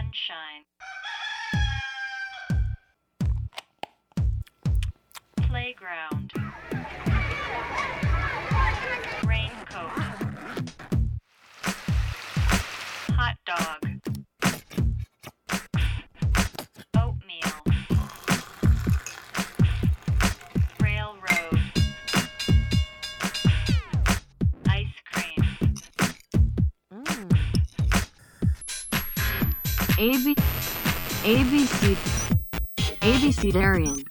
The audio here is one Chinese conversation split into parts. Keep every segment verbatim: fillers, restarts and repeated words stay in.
Sunshine. Playground. Raincoat. Hot dog. Oatmeal. Railroad. Ice cream. Mm. A B A B C A B C Darian。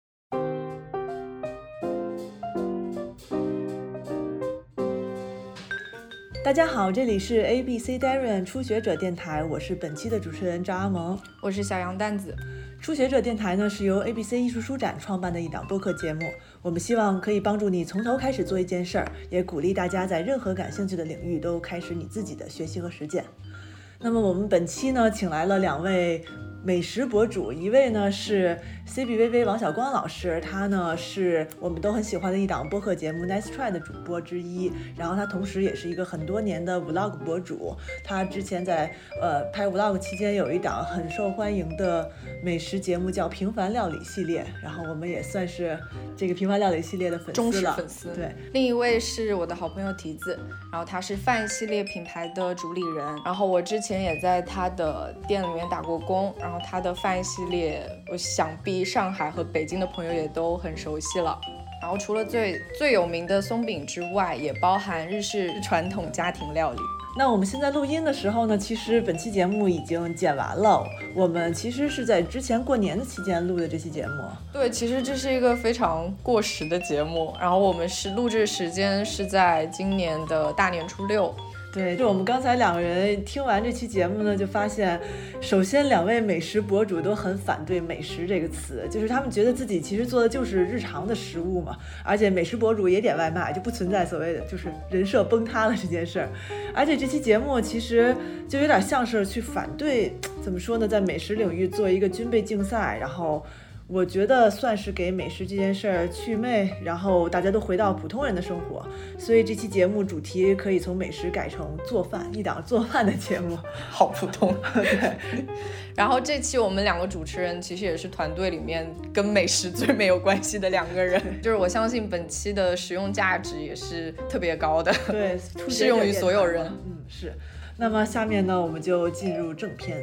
大家好，这里是 A B C Darian 初学者电台，我是本期的主持人赵阿萌， 我是小羊蛋子。 初学者电台呢是由 A B C 艺术书展创办的一档播客节目，我们希望可以帮助你从头开始做一件事儿，也鼓励大家在任何感兴趣的领域都开始你自己的学习和实践。那么我们本期呢请来了两位美食博主，一位呢是 C B V V 王小光老师，他呢是我们都很喜欢的一档播客节目 Nice Try 的主播之一，然后他同时也是一个很多年的 Vlog 博主，他之前在呃拍 Vlog 期间有一档很受欢迎的美食节目叫平凡料理系列，然后我们也算是这个平凡料理系列的粉丝了， 忠实粉丝。 对， 另一位是我的好朋友提子，然后他是饭系列品牌的主理人，然后我之前也在他的店里面打过工，然后他的饭系列我想必上海和北京的朋友也都很熟悉了。然后除了最最有名的松饼之外，也包含日式传统家庭料理。 那我们现在录音的时候呢，其实本期节目已经剪完了，我们其实是在之前过年的期间录的这期节目。 对，其实这是一个非常过时的节目，然后我们是录制时间是在今年的大年初六。 对，就我们刚才两个人听完这期节目呢，就发现，首先两位美食博主都很反对美食这个词，就是他们觉得自己其实做的就是日常的食物嘛，而且美食博主也点外卖，就不存在所谓的就是人设崩塌了这件事儿。而且这期节目其实就有点像是去反对，怎么说呢，在美食领域做一个军备竞赛，然后我觉得算是给美食这件事儿祛魅，然后大家都回到普通人的生活，所以这期节目主题可以从美食改成做饭，一档做饭的节目。 好普通。 对。 然后这期我们两个主持人其实也是团队里面跟美食最没有关系的两个人，就是我相信本期的实用价值也是特别高的， 对， 适用于所有人。 嗯，是。那么下面呢，我们就进入正片。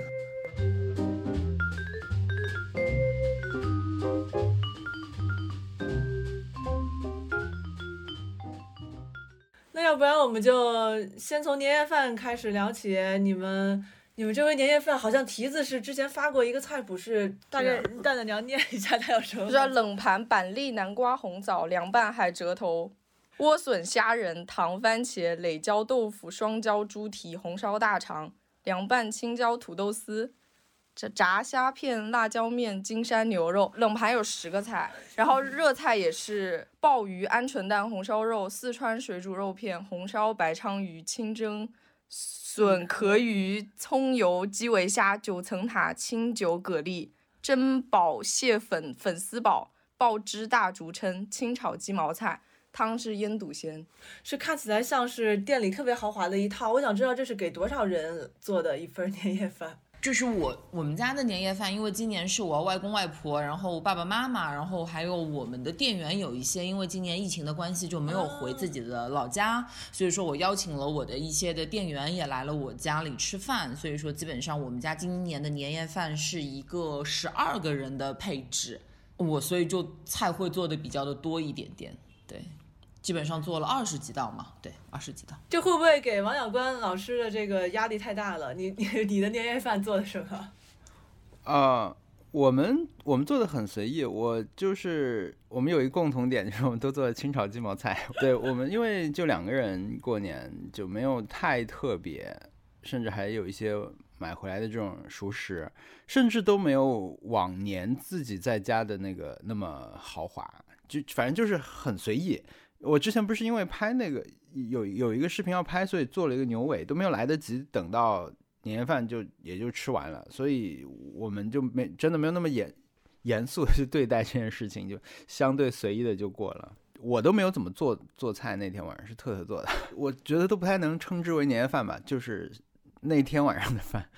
那要不然我们就先从年夜饭开始聊起，你们你们这回年夜饭好像提子是之前发过一个菜谱，是大概蛋蛋娘念一下它有什么？ 叫冷盘板栗南瓜红枣凉拌海蜇头莴笋虾仁糖番茄垒椒豆腐双椒猪蹄红烧大肠凉拌青椒土豆丝炸虾片辣椒面金山牛肉。冷盘有十个菜，然后热菜也是鲍鱼鹌鹑蛋红烧肉四川水煮肉片红烧白鲳鱼清蒸笋壳鱼葱油基围虾九层塔清酒蛤蜊蒸宝蟹粉粉丝煲爆汁大竹蛏清炒鸡毛菜汤是腌笃鲜， 是看起来像是店里特别豪华的一套。我想知道这是给多少人做的一份年夜饭？ 这是我我们家的年夜饭，因为今年是我外公外婆，然后爸爸妈妈，然后还有我们的店员有一些，因为今年疫情的关系就没有回自己的老家，哦、所以说我邀请了我的一些的店员也来了我家里吃饭，所以说基本上我们家今年的年夜饭是一个十二个人的配置，我所以就菜会做的比较的多一点点，对。基本上做了二十几道嘛，对，二十几道。 这会不会给王小光老师的这个压力太大了？你你你的年夜饭做的什么？ 呃，我们我们做的很随意，我就是我们有一个共同点，就是我们都做了清炒鸡毛菜。对，我们因为就两个人过年，就没有太特别，甚至还有一些买回来的这种熟食，甚至都没有往年自己在家的那个那么豪华，就反正就是很随意。我之前不是因为拍那个有有一个视频要拍，所以做了一个牛尾，都没有来得及等到年夜饭就也就吃完了，所以我们就没真的没有那么严严肃的去对待这件事情，就相对随意的就过了。我都没有怎么做做菜，那天晚上是特特做的，我觉得都不太能称之为年夜饭吧，就是那天晚上的饭。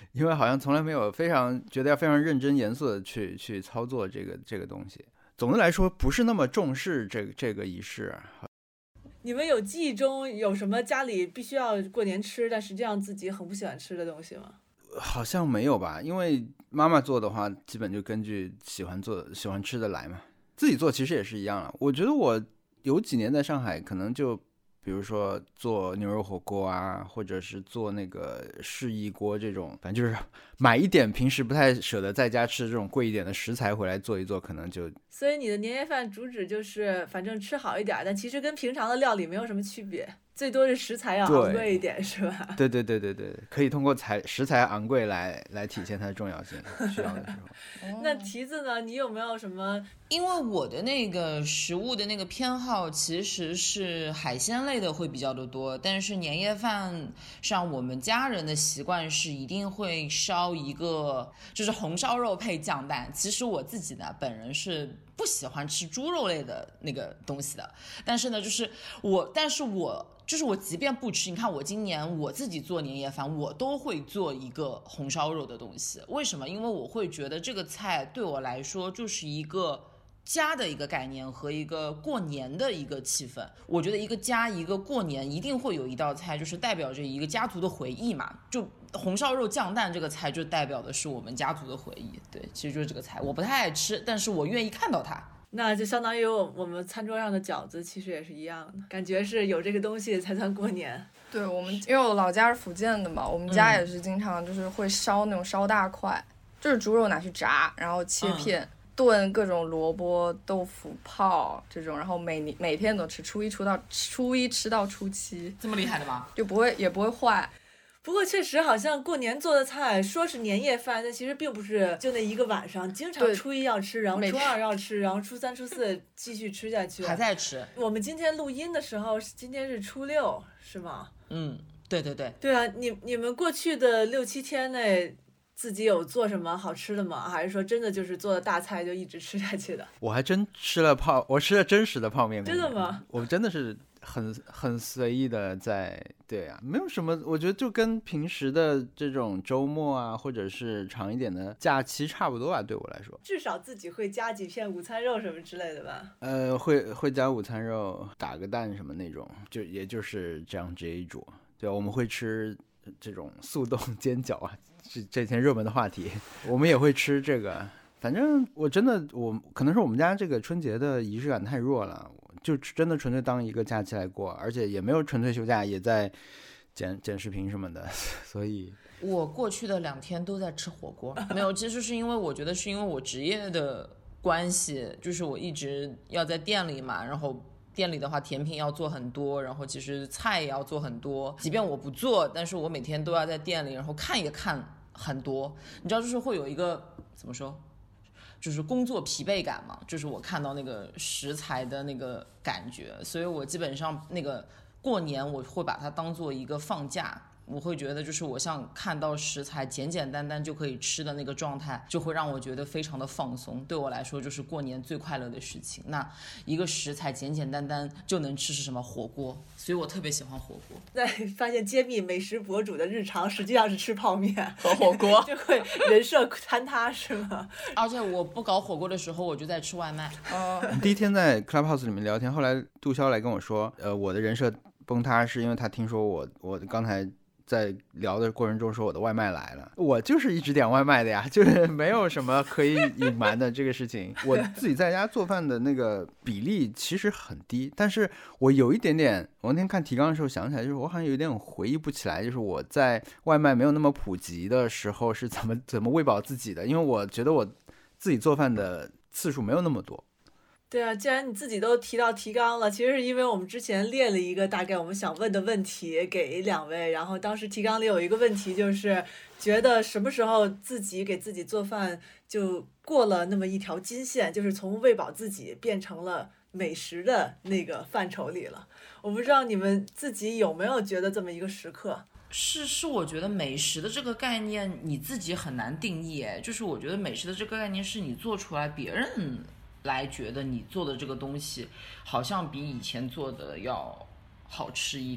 因为好像从来没有非常觉得要非常认真严肃的去去操作这个这个东西。总的来说，不是那么重视这个这个仪式。 你们有记忆中有什么家里必须要过年吃，但实际上自己很不喜欢吃的东西吗？ 好像没有吧，因为妈妈做的话，基本就根据喜欢做喜欢吃的来嘛。自己做其实也是一样了。我觉得我有几年在上海，可能就比如说做牛肉火锅啊，或者是做那个示意锅这种，反正就是买一点平时不太舍得在家吃这种贵一点的食材回来做一做，可能就。 所以你的年夜饭主旨就是反正吃好一点，但其实跟平常的料理没有什么区别，最多是食材要昂贵一点，是吧？ 对对对对对，可以通过材食材昂贵来来体现它的重要性，需要的时候。 那提子呢？你有没有什么？ 因为我的那个食物的那个偏好其实是海鲜类的会比较的多，但是年夜饭上我们家人的习惯是一定会烧一个就是红烧肉配酱蛋。其实我自己呢本人是不喜欢吃猪肉类的那个东西的，但是呢就是我但是我就是我即便不吃，你看我今年我自己做年夜饭，我都会做一个红烧肉的东西。为什么？因为我会觉得这个菜对我来说就是一个家的一个概念和一个过年的一个气氛。我觉得一个家一个过年一定会有一道菜，就是代表着一个家族的回忆嘛。就红烧肉酱蛋这个菜就代表的是我们家族的回忆。对，其实就是这个菜，我不太爱吃，但是我愿意看到它。 那就相当于我我们餐桌上的饺子其实也是一样的，感觉是有这个东西才算过年。 对，我们因为我老家是福建的嘛，我们家也是经常就是会烧那种烧大块，嗯、就是猪肉拿去炸，然后切片。嗯炖各种萝卜、豆腐泡这种，然后每每天都吃，初一初到初一吃到初七， 这么厉害的吗？ 就不会也不会坏。 不过确实好像过年做的菜，说是年夜饭，但其实并不是就那一个晚上，经常初一要吃，然后初二要吃，然后初三、初四继续吃下去。 还在吃。 我们今天录音的时候，今天是初六，是吗？ 嗯，对对对。 对啊，你你们过去的六七天内。自己有做什么好吃的吗？还是说真的就是做的大菜就一直吃下去的？ 我还真吃了泡，我吃了真实的泡面。 真的吗？ 我真的是很很随意的在，对啊，没有什么，我觉得就跟平时的这种周末啊，或者是长一点的假期差不多吧，对我来说。 至少自己会加几片午餐肉什么之类的吧？ 呃，会会加午餐肉，打个蛋什么那种，就也就是这样直接一煮。对，我们会吃这种速冻煎饺啊。这这天热门的话题，我们也会吃这个。反正我真的，我可能是我们家这个春节的仪式感太弱了，就真的纯粹当一个假期来过，而且也没有纯粹休假，也在剪剪视频什么的，所以我过去的两天都在吃火锅。没有，其实是因为我觉得是因为我职业的关系，就是我一直要在店里嘛，然后。店里的话甜品要做很多，然后其实菜也要做很多，即便我不做，但是我每天都要在店里，然后看也看很多。你知道就是会有一个怎么说，就是工作疲惫感嘛，就是我看到那个食材的那个感觉，所以我基本上那个过年我会把它当做一个放假。我会觉得就是我像看到食材简简单单就可以吃的那个状态，就会让我觉得非常的放松。对我来说就是过年最快乐的事情。那一个食材简简单单就能吃是什么？火锅。所以我特别喜欢火锅。 对，发现揭秘美食博主的日常实际上是吃泡面和火锅， 就会人设坍塌是吗？ 而且我不搞火锅的时候我就在吃外卖。 哦， 第一天在 Clubhouse 里面聊天，后来杜潇来跟我说，呃，我的人设崩塌是因为他听说我我刚才在聊的过程中说我的外卖来了，我就是一直点外卖的呀，就是没有什么可以隐瞒的这个事情。我自己在家做饭的那个比例其实很低，但是我有一点点，我那天看提纲的时候想起来，就是我好像有点回忆不起来，就是我在外卖没有那么普及的时候是怎么怎么喂饱自己的，因为我觉得我自己做饭的次数没有那么多。 对啊，既然你自己都提到提纲了，其实是因为我们之前列了一个大概我们想问的问题给两位，然后当时提纲里有一个问题就是觉得什么时候自己给自己做饭就过了那么一条金线，就是从喂饱自己变成了美食的那个范畴里了。我不知道你们自己有没有觉得这么一个时刻。 是是，我觉得美食的这个概念你自己很难定义，哎，就是我觉得美食的这个概念是你做出来别人来觉得你做的这个东西好像比以前做的要好吃一点，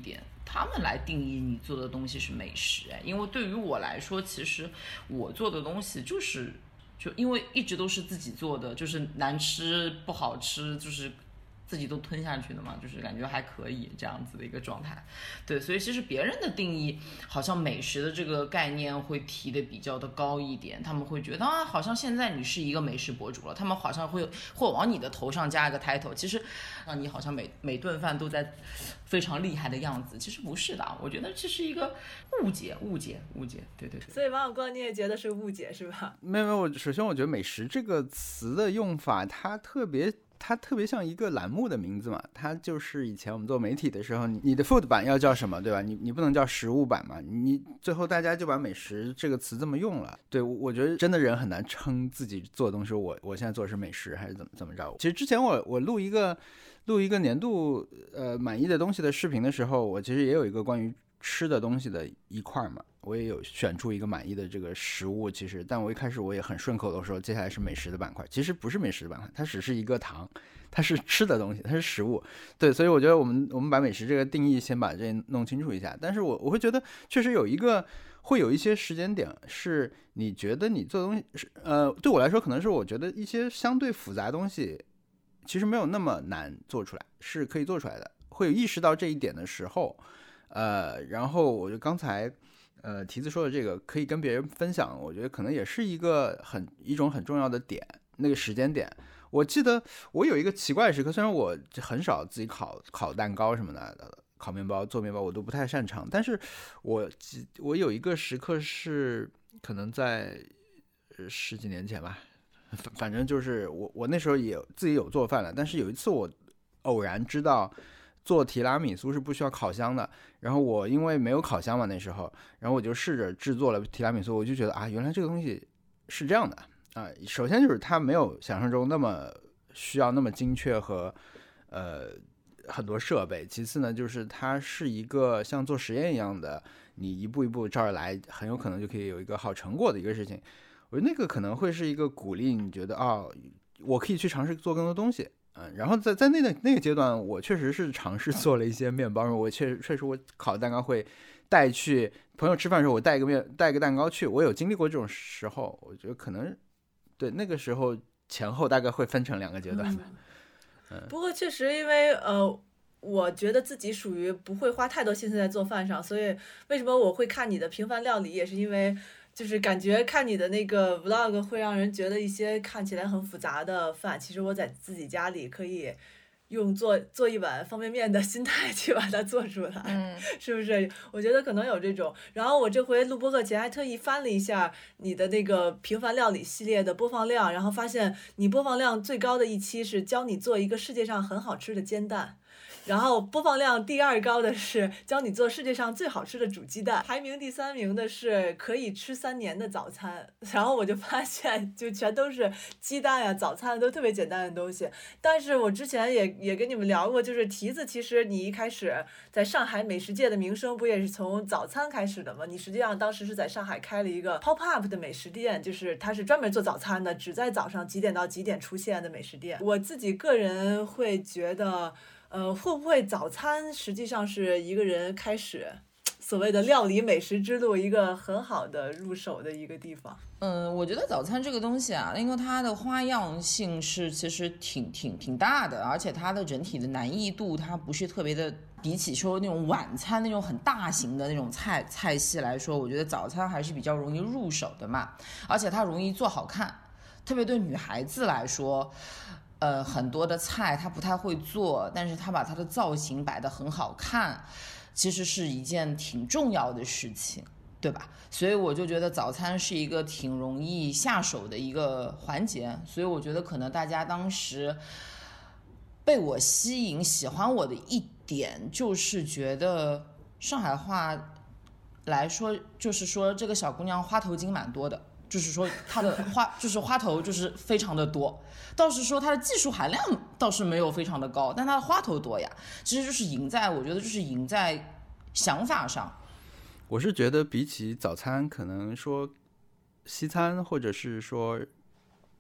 他们来定义你做的东西是美食。哎，因为对于我来说，其实我做的东西就是就因为一直都是自己做的，就是难吃不好吃，就是自己都吞下去的嘛，就是感觉还可以这样子的一个状态。对，所以其实别人的定义好像美食的这个概念会提的比较的高一点，他们会觉得啊，好像现在你是一个美食博主了，他们好像会会往你的头上加一个 title， 其实让你好像每每顿饭都在非常厉害的样子，其实不是的，我觉得这是一个误解，误解，误解，对对对。 所以王小光你也觉得是误解是吧？ 没有没有，我首先我觉得美食这个词的用法，它特别。它特别像一个栏目的名字嘛，它就是以前我们做媒体的时候，你的 food 版要叫什么，对吧？你你不能叫食物版嘛，你最后大家就把美食这个词这么用了。对，我觉得真的人很难称自己做的东西，我我现在做的是美食还是怎么怎么着。其实之前我我录一个录一个年度呃满意的东西的视频的时候，我其实也有一个关于吃的东西的一块嘛，我也有选出一个满意的这个食物，其实但我一开始我也很顺口的说接下来是美食的板块，其实不是美食的板块，它只是一个糖，它是吃的东西，它是食物。对，所以我觉得我们我们把美食这个定义先把这弄清楚一下。但是我我会觉得确实有一个会有一些时间点是你觉得你做的东西是呃对我来说可能是我觉得一些相对复杂的东西其实没有那么难做出来，是可以做出来的，会有意识到这一点的时候呃，然后我就刚才呃提子说的这个可以跟别人分享，我觉得可能也是一个很一种很重要的点，那个时间点。我记得我有一个奇怪的时刻，虽然我很少自己烤烤蛋糕什么的，烤面包做面包我都不太擅长，但是我我有一个时刻是可能在十几年前吧，反正就是我我那时候也自己有做饭了，但是有一次我偶然知道做提拉米苏是不需要烤箱的，然后我因为没有烤箱嘛那时候，然后我就试着制作了提拉米苏，我就觉得啊，原来这个东西是这样的啊。首先就是它没有想象中那么需要那么精确和呃很多设备，其次呢就是它是一个像做实验一样的，你一步一步照着来，很有可能就可以有一个好成果的一个事情。我觉得那个可能会是一个鼓励，你觉得啊、哦，我可以去尝试做更多东西。嗯，然后在在那个那个阶段，我确实是尝试做了一些面包。我确实确实我烤蛋糕会带去朋友吃饭的时候，我带一个面带一个蛋糕去。我有经历过这种时候，我觉得可能对那个时候前后大概会分成两个阶段。 嗯，嗯不过确实因为呃。我觉得自己属于不会花太多心思在做饭上，所以为什么我会看你的平凡料理，也是因为就是感觉看你的那个 vlog 会让人觉得一些看起来很复杂的饭，其实我在自己家里可以用做做一碗方便面的心态去把它做出来， 嗯， 是不是？我觉得可能有这种。然后我这回录播课前还特意翻了一下你的那个平凡料理系列的播放量，然后发现你播放量最高的一期是教你做一个世界上很好吃的煎蛋。然后播放量第二高的是教你做世界上最好吃的煮鸡蛋，排名第三名的是可以吃三年的早餐。然后我就发现就全都是鸡蛋呀、早餐都特别简单的东西。但是我之前也也跟你们聊过，就是提子其实你一开始在上海美食界的名声不也是从早餐开始的吗？你实际上当时是在上海开了一个 pop up 的美食店，就是它是专门做早餐的，只在早上几点到几点出现的美食店。我自己个人会觉得呃，会不会早餐实际上是一个人开始所谓的料理美食之路一个很好的入手的一个地方？ 嗯，我觉得早餐这个东西啊，因为它的花样性是其实挺挺挺大的，而且它的整体的难易度它不是特别的，比起说那种晚餐那种很大型的那种菜菜系来说，我觉得早餐还是比较容易入手的嘛，而且它容易做好看，特别对女孩子来说。呃，很多的菜他不太会做，但是他把他的造型摆得很好看，其实是一件挺重要的事情，对吧？所以我就觉得早餐是一个挺容易下手的一个环节，所以我觉得可能大家当时被我吸引、喜欢我的一点，就是觉得上海话来说，就是说这个小姑娘花头精蛮多的。就是说它的花就是花头就是非常的多，倒是说它的技术含量倒是没有非常的高，但它的花头多呀，其实就是赢在我觉得就是赢在想法上。 我是觉得比起早餐，可能说西餐或者是说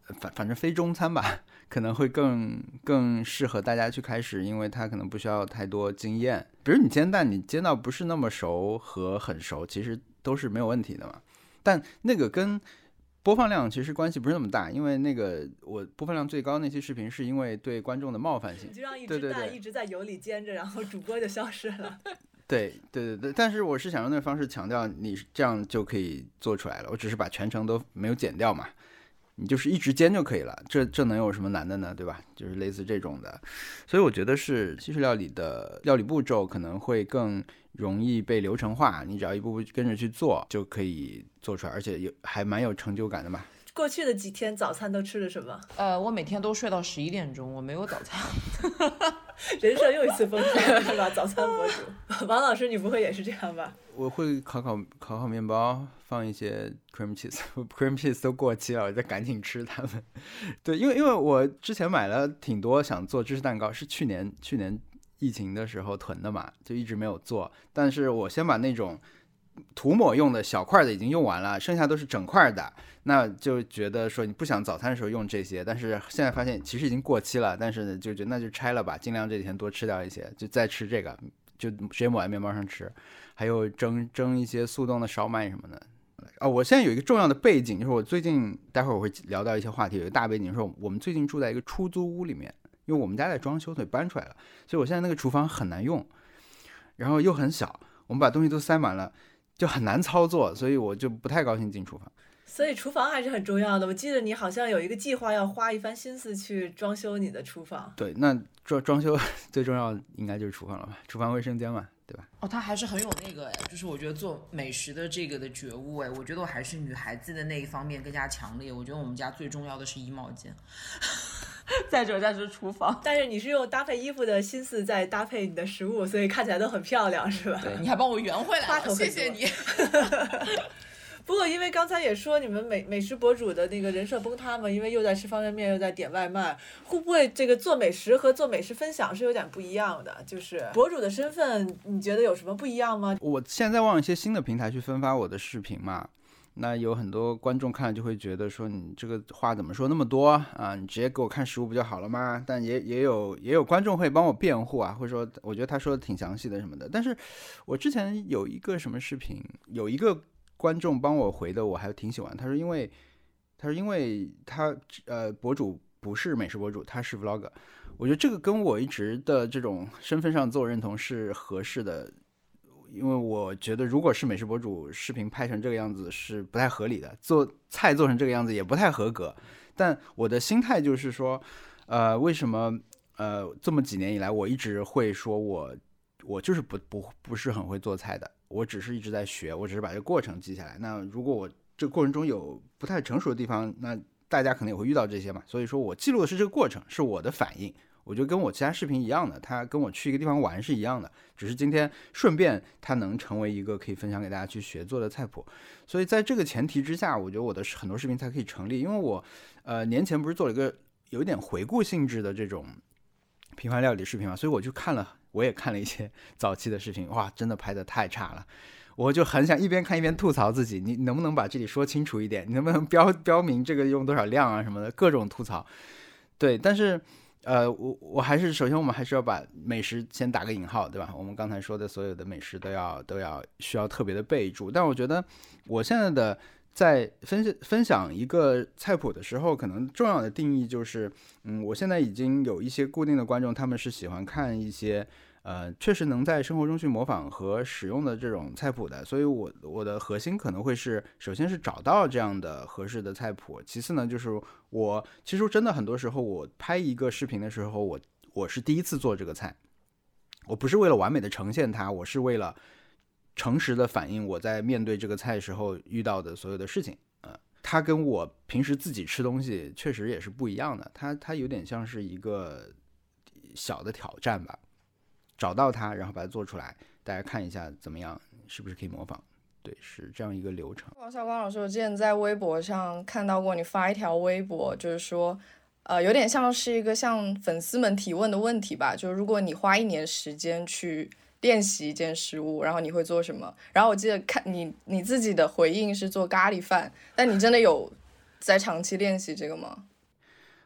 反反正非中餐吧，可能会更更适合大家去开始，因为它可能不需要太多经验。比如你煎蛋，你煎到不是那么熟和很熟，其实都是没有问题的嘛。但那个跟播放量其实关系不是那么大，因为那个我播放量最高那期视频是因为对观众的冒犯性， 你就让一只蛋一直在油里煎着，然后主播就消失了。 对对对对，但是我是想用那个方式强调，你这样就可以做出来了。我只是把全程都没有剪掉嘛，你就是一直煎就可以了，这这能有什么难的呢？对吧？就是类似这种的，所以我觉得是西式料理的料理步骤可能会更容易被流程化，你只要一步步跟着去做就可以做出来，而且有还蛮有成就感的嘛。 过去的几天早餐都吃的什么？ 呃，我每天都睡到十一点钟，我没有早餐。 人设又一次崩塌是吧？早餐博主王老师，你不会也是这样吧？ 我会烤烤烤烤面包，放一些 cream cheese，cream cheese 都过期了，我再赶紧吃它们。对，因为因为我之前买了挺多想做芝士蛋糕，是去年去年疫情的时候囤的嘛，就一直没有做。但是我先把那种涂抹用的小块的已经用完了，剩下都是整块的，那就觉得说你不想早餐的时候用这些，但是现在发现其实已经过期了，但是呢就觉得那就拆了吧，尽量这几天多吃掉一些，就再吃这个，就直接抹在面包上吃。还有蒸蒸一些速冻的烧麦什么的。啊、哦，我现在有一个重要的背景，就是我最近待会儿我会聊到一些话题，有一个大背景，说我们最近住在一个出租屋里面，因为我们家在装修，所以搬出来了，所以我现在那个厨房很难用，然后又很小，我们把东西都塞满了，就很难操作，所以我就不太高兴进厨房。 所以厨房还是很重要的。我记得你好像有一个计划，要花一番心思去装修你的厨房。 对，那装装修最重要应该就是厨房了吧？厨房卫生间嘛，对吧？ 哦，他还是很有那个哎，就是我觉得做美食的这个的觉悟哎，我觉得我还是女孩子的那一方面更加强烈。我觉得我们家最重要的是衣帽间。再者再是厨房， 但是你是用搭配衣服的心思在搭配你的食物，所以看起来都很漂亮，是吧？ 对，你还帮我圆回来了，谢谢你。 不过因为刚才也说你们美美食博主的那个人设崩塌嘛，因为又在吃方便面又在点外卖，会不会这个做美食和做美食分享是有点不一样的？就是博主的身份你觉得有什么不一样吗？ 我现在在往一些新的平台去分发我的视频嘛，那有很多观众看了就会觉得说你这个话怎么说那么多啊？你直接给我看实物不就好了吗？但也也有也有观众会帮我辩护啊，会说我觉得他说的挺详细的什么的。但是我之前有一个什么视频，有一个观众帮我回的，我还挺喜欢。他说因为他说因为他呃博主不是美食博主，他是 vlogger， 我觉得这个跟我一直的这种身份上自我认同是合适的。因为我觉得如果是美食博主，视频拍成这个样子是不太合理的，做菜做成这个样子也不太合格。但我的心态就是说呃为什么呃这么几年以来我一直会说我我就是不不不是很会做菜的，我只是一直在学，我只是把这个过程记下来。那如果我这个过程中有不太成熟的地方，那大家可能也会遇到这些嘛。所以说我记录的是这个过程，是我的反应。我觉得跟我其他视频一样的，他跟我去一个地方玩是一样的，只是今天顺便它能成为一个可以分享给大家去学做的菜谱。所以在这个前提之下，我觉得我的很多视频才可以成立。因为我呃年前不是做了一个有一点回顾性质的这种平凡料理视频嘛，所以我就看了，我也看了一些早期的视频，哇，真的拍得太差了。我就很想一边看一边吐槽自己，你能不能把这里说清楚一点？你能不能标标明这个用多少量啊什么的，各种吐槽。对，但是呃，我我还是首先我们还是要把美食先打个引号，对吧？我们刚才说的所有的美食都要都要需要特别的备注。但我觉得我现在的在分分享一个菜谱的时候，可能重要的定义就是，嗯，我现在已经有一些固定的观众，他们是喜欢看一些呃确实能在生活中去模仿和使用的这种菜谱的，所以我我的核心可能会是，首先是找到这样的合适的菜谱，其次呢就是我其实真的很多时候我拍一个视频的时候，我我是第一次做这个菜，我不是为了完美的呈现它，我是为了诚实的反映我在面对这个菜时候遇到的所有的事情。呃，它跟我平时自己吃东西确实也是不一样的，它它有点像是一个小的挑战吧。找到它，然后把它做出来，大家看一下怎么样，是不是可以模仿？对，是这样一个流程。 王小光老师，我之前在微博上看到过你发一条微博，就是说，呃，有点像是一个向粉丝们提问的问题吧，就是如果你花一年时间去练习一件食物，然后你会做什么？然后我记得看你你自己的回应是做咖喱饭，但你真的有在长期练习这个吗？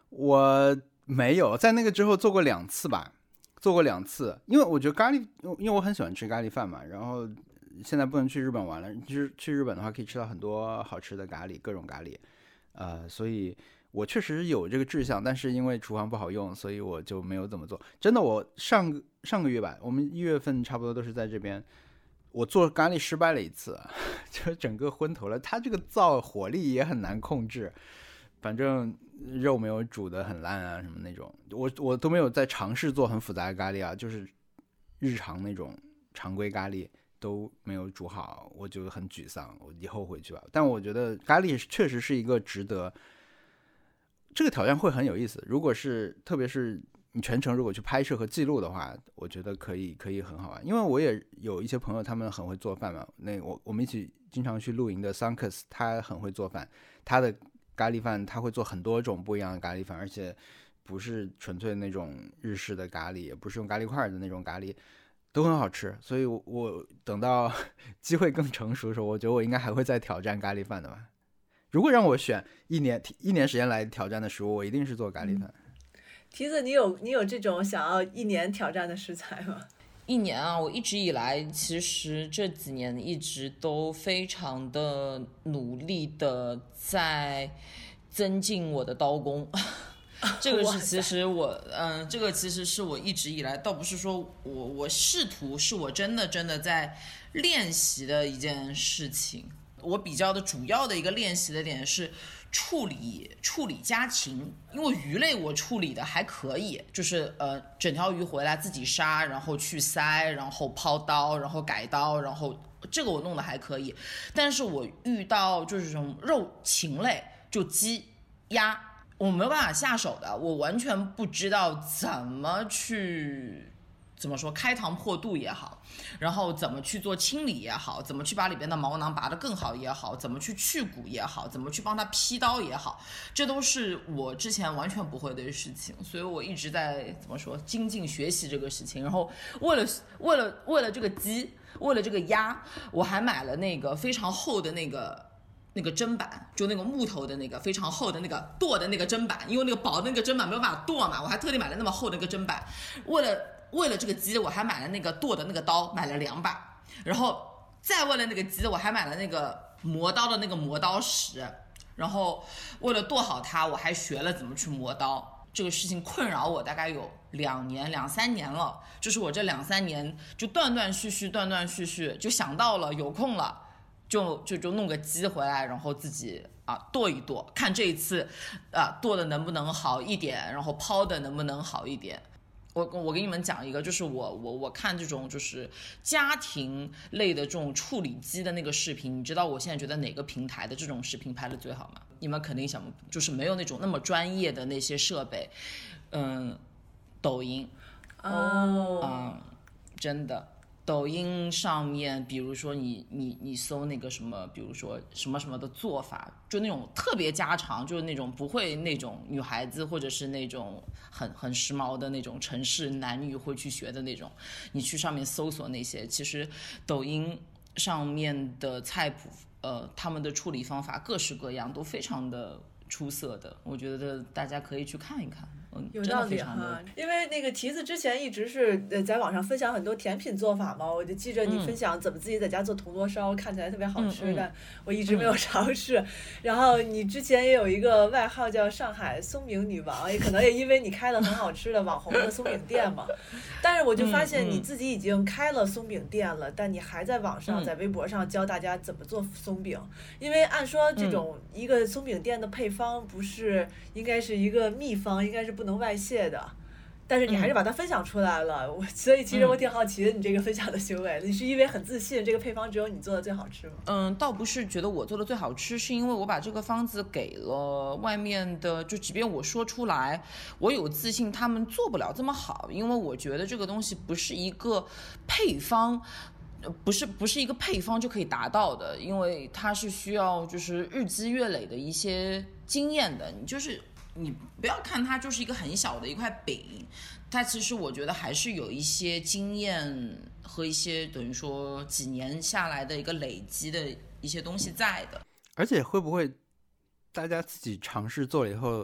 我没有在那个之后做过两次吧，做过两次，因为我觉得咖喱，因为我很喜欢吃咖喱饭嘛，然后现在不能去日本玩了，就是去日本的话可以吃到很多好吃的咖喱，各种咖喱，呃，所以我确实有这个志向，但是因为厨房不好用，所以我就没有怎么做。真的，我上个上个月吧，我们一月份差不多都是在这边，我做咖喱失败了一次，就整个昏头了。它这个灶火力也很难控制，反正肉没有煮得很烂啊什么那种，我我都没有在尝试做很复杂的咖喱啊，就是日常那种常规咖喱都没有煮好，我就很沮丧，我以后回去吧。但我觉得咖喱确实是一个值得，这个挑战会很有意思。如果是特别是你全程如果去拍摄和记录的话，我觉得可以可以很好玩。因为我也有一些朋友，他们很会做饭嘛。那我我们一起经常去露营的 Sunkus， 他很会做饭，他的咖喱饭他会做很多种不一样的咖喱饭，而且不是纯粹那种日式的咖喱，也不是用咖喱块的那种咖喱，都很好吃。所以我，我等到机会更成熟的时候，我觉得我应该还会再挑战咖喱饭的吧。如果让我选一年一年时间来挑战的食物，我一定是做咖喱饭。 提子，你有你有这种想要一年挑战的食材吗？ 一年啊，我一直以来其实这几年一直都非常的努力的在增进我的刀工。这个是其实我嗯、呃，这个其实是我一直以来，倒不是说我我试图，是我真的真的在练习的一件事情。我比较的主要的一个练习的点是处理处理家禽，因为鱼类我处理的还可以，就是呃整条鱼回来自己杀，然后去鳃，然后抛刀，然后改刀，然后这个我弄的还可以。但是我遇到就是这种肉禽类，就鸡鸭，我没有办法下手的，我完全不知道怎么去怎么说开膛破肚也好，然后怎么去做清理也好，怎么去把里边的毛囊拔得更好也好，怎么去去骨也好，怎么去帮它劈刀也好，这都是我之前完全不会的事情，所以我一直在怎么说精进学习这个事情。然后为了为了为了这个鸡，为了这个鸭，我还买了那个非常厚的那个那个砧板，就那个木头的那个非常厚的那个剁的那个砧板，因为那个薄的那个砧板没有办法剁嘛，我还特地买了那么厚的那个砧板。为了为了这个鸡，我还买了那个剁的那个刀，买了两把。然后再为了那个鸡，我还买了那个磨刀的那个磨刀石。然后为了剁好它，我还学了怎么去磨刀。这个事情困扰我大概有两年两三年了，就是我这两三年就断断续续断断续续，就想到了有空了就就就弄个鸡回来，然后自己啊剁一剁，看这一次啊剁的能不能好一点，然后抛的能不能好一点。我我给你们讲一个，就是我我我看这种就是家庭类的这种处理鸡的那个视频，你知道我现在觉得哪个平台的这种视频拍的最好吗？你们肯定想，就是没有那种那么专业的那些设备，嗯，抖音， 哦， 嗯，真的。抖音上面，比如说你你你搜那个什么，比如说什么什么的做法，就那种特别家常，就是那种不会那种女孩子或者是那种很很时髦的那种城市男女会去学的那种，你去上面搜索那些，其实抖音上面的菜谱，呃，他们的处理方法各式各样，都非常的出色的，我觉得大家可以去看一看。 有道理哈，因为那个提子之前一直是呃在网上分享很多甜品做法嘛，我就记着你分享怎么自己在家做铜锣烧，嗯、看起来特别好吃的，嗯嗯、我一直没有尝试。嗯、然后你之前也有一个外号叫上海松饼女王，也可能也因为你开了很好吃的网红的松饼店嘛。但是我就发现你自己已经开了松饼店了，嗯、但你还在网上在微博上教大家怎么做松饼，因为按说这种一个松饼店的配方不是应该是一个秘方，应该是不能外泄的，但是你还是把它分享出来了，我、嗯、所以其实我挺好奇的，你这个分享的行为，嗯、你是因为很自信这个配方只有你做的最好吃吗？ 嗯，倒不是觉得我做的最好吃，是因为我把这个方子给了外面的，就即便我说出来，我有自信他们做不了这么好，因为我觉得这个东西不是一个配方。不是不是一个配方就可以达到的，因为它是需要就是日积月累的一些经验的。你就是你不要看它就是一个很小的一块饼，它其实我觉得还是有一些经验和一些等于说几年下来的一个累积的一些东西在的。 而且会不会大家自己尝试做了以后，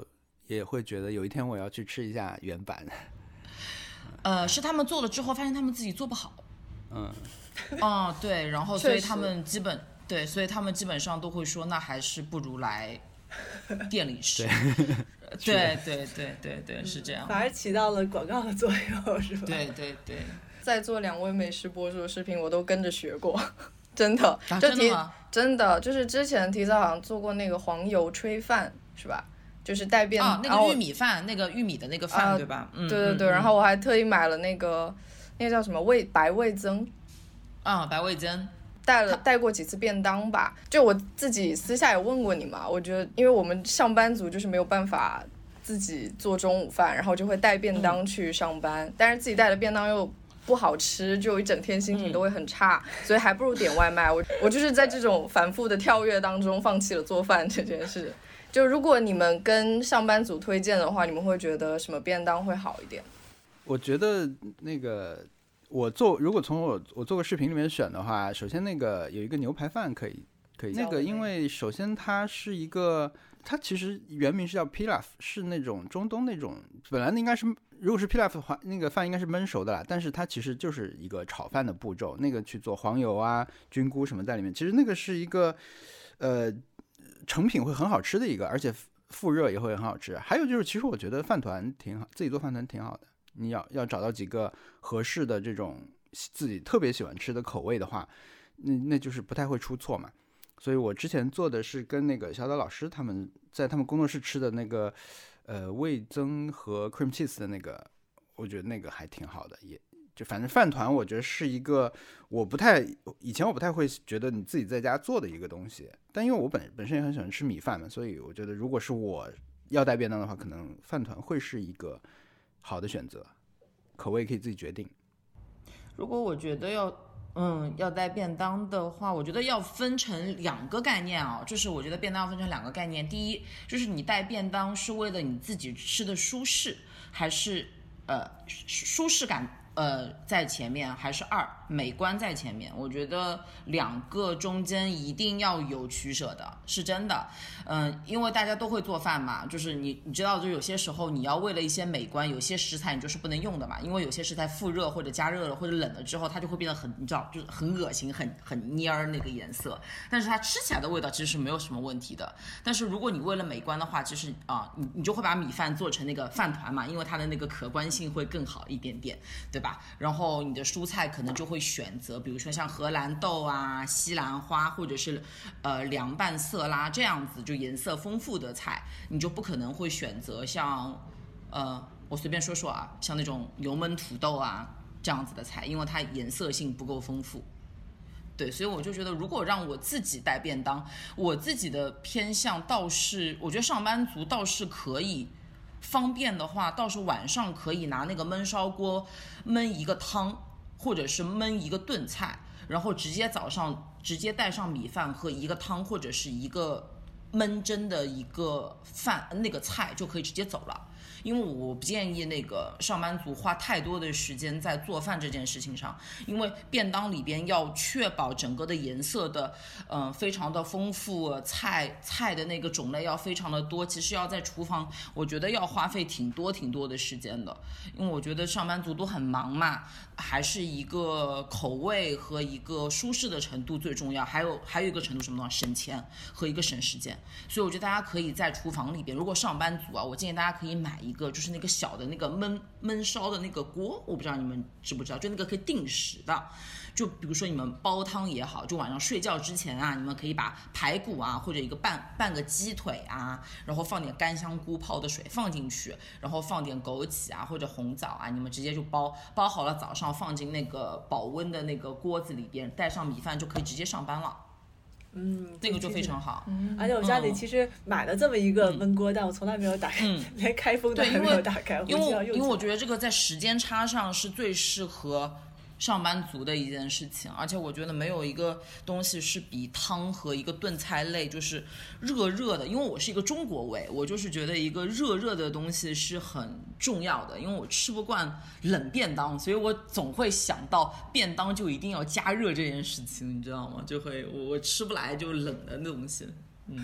也会觉得有一天我要去吃一下原版。 呃，是他们做了之后发现他们自己做不好。 嗯， 哦，对，然后所以他们基本对，所以他们基本上都会说，那还是不如来店里吃。对对对对对，是这样。 反而起到了广告的作用，是吧？ 对对对。 在座两位美食博主的视频，我都跟着学过，真的。 啊、 就真的吗？ 真的，就是之前提早好像做过那个黄油炊饭，是吧？就是带便啊，那个玉米饭，那个玉米的那个饭， 啊、 对吧？嗯， 对对对、 嗯。 然后我还特意买了那个那个叫什么味白味增。 啊，白味增。 带了带过几次便当吧，就我自己私下有问过你嘛，我觉得因为我们上班族就是没有办法自己做中午饭，然后就会带便当去上班，嗯、但是自己带的便当又不好吃，就一整天心情都会很差，嗯、所以还不如点外卖。我我就是在这种反复的跳跃当中放弃了做饭这件事。就如果你们跟上班族推荐的话，你们会觉得什么便当会好一点？ 我觉得那个。我做如果从我我做个视频里面选的话，首先那个有一个牛排饭可以可以那个，因为首先它是一个，它其实原名是叫 pilaf， 是那种中东那种，本来应该是如果是 pilaf 的话，那个饭应该是焖熟的啦，但是它其实就是一个炒饭的步骤，那个去做黄油啊、菌菇什么在里面，其实那个是一个呃成品会很好吃的一个，而且复热也会很好吃。还有就是，其实我觉得饭团挺好，自己做饭团挺好的。你要要找到几个合适的这种自己特别喜欢吃的口味的话，那那就是不太会出错嘛。所以我之前做的是跟那个小岛老师他们在他们工作室吃的那个呃味增和 cream cheese 的那个，我觉得那个还挺好的。也就反正饭团，我觉得是一个我不太以前我不太会觉得你自己在家做的一个东西，但因为我本本身也很喜欢吃米饭嘛，所以我觉得如果是我要带便当的话，可能饭团会是一个好的选择，口味可以自己决定。 如果我觉得要嗯要带便当的话，我觉得要分成两个概念啊，就是我觉得便当要分成两个概念。第一，就是你带便当是为了你自己吃的舒适，还是呃舒适感呃在前面，还是二美观在前面？我觉得两个中间一定要有取舍的，是真的。嗯，因为大家都会做饭嘛，就是你你知道，就有些时候你要为了一些美观，有些食材你就是不能用的嘛，因为有些食材复热或者加热了或者冷了之后，它就会变得很，你知道，就是很恶心，很很蔫儿那个颜色。但是它吃起来的味道其实是没有什么问题的。但是如果你为了美观的话，其实啊、呃，你你就会把米饭做成那个饭团嘛，因为它的那个可观性会更好一点点，对吧？然后你的蔬菜可能就会选择，比如说像荷兰豆啊、西兰花，或者是呃凉拌色拉这样子，就颜色丰富的菜，你就不可能会选择像呃我随便说说啊，像那种油焖土豆啊这样子的菜，因为它颜色性不够丰富。对，所以我就觉得，如果让我自己带便当，我自己的偏向倒是，我觉得上班族倒是可以。方便的话，倒是晚上可以拿那个焖烧锅焖一个汤，或者是焖一个炖菜，然后直接早上直接带上米饭和一个汤，或者是一个焖蒸的一个饭那个菜就可以直接走了。因为我不建议那个上班族花太多的时间在做饭这件事情上，因为便当里边要确保整个的颜色的，嗯、呃，非常的丰富，菜菜的那个种类要非常的多，其实要在厨房，我觉得要花费挺多挺多的时间的，因为我觉得上班族都很忙嘛，还是一个口味和一个舒适的程度最重要，还有还有一个程度什么呢？省钱和一个省时间，所以我觉得大家可以在厨房里边，如果上班族啊，我建议大家可以买一个。一个就是那个小的那个焖焖烧的那个锅，我不知道你们知不知道，就那个可以定时的，就比如说你们煲汤也好，就晚上睡觉之前啊，你们可以把排骨啊或者一个半半个鸡腿啊，然后放点干香菇泡的水放进去，然后放点枸杞啊或者红枣啊，你们直接就煲煲好了，早上放进那个保温的那个锅子里边，带上米饭就可以直接上班了。 嗯， 那个就非常好。 嗯，而且我家里其实买了这么一个焖锅，嗯、但我从来没有打开，嗯、连开封都还没有打开。 因为因为我觉得这个在时间差上是最适合上班族的一件事情，而且我觉得没有一个东西是比汤和一个炖菜类就是热热的，因为我是一个中国胃，我就是觉得一个热热的东西是很重要的，因为我吃不惯冷便当，所以我总会想到便当就一定要加热这件事情，你知道吗？就会我我吃不来就冷的东西。嗯，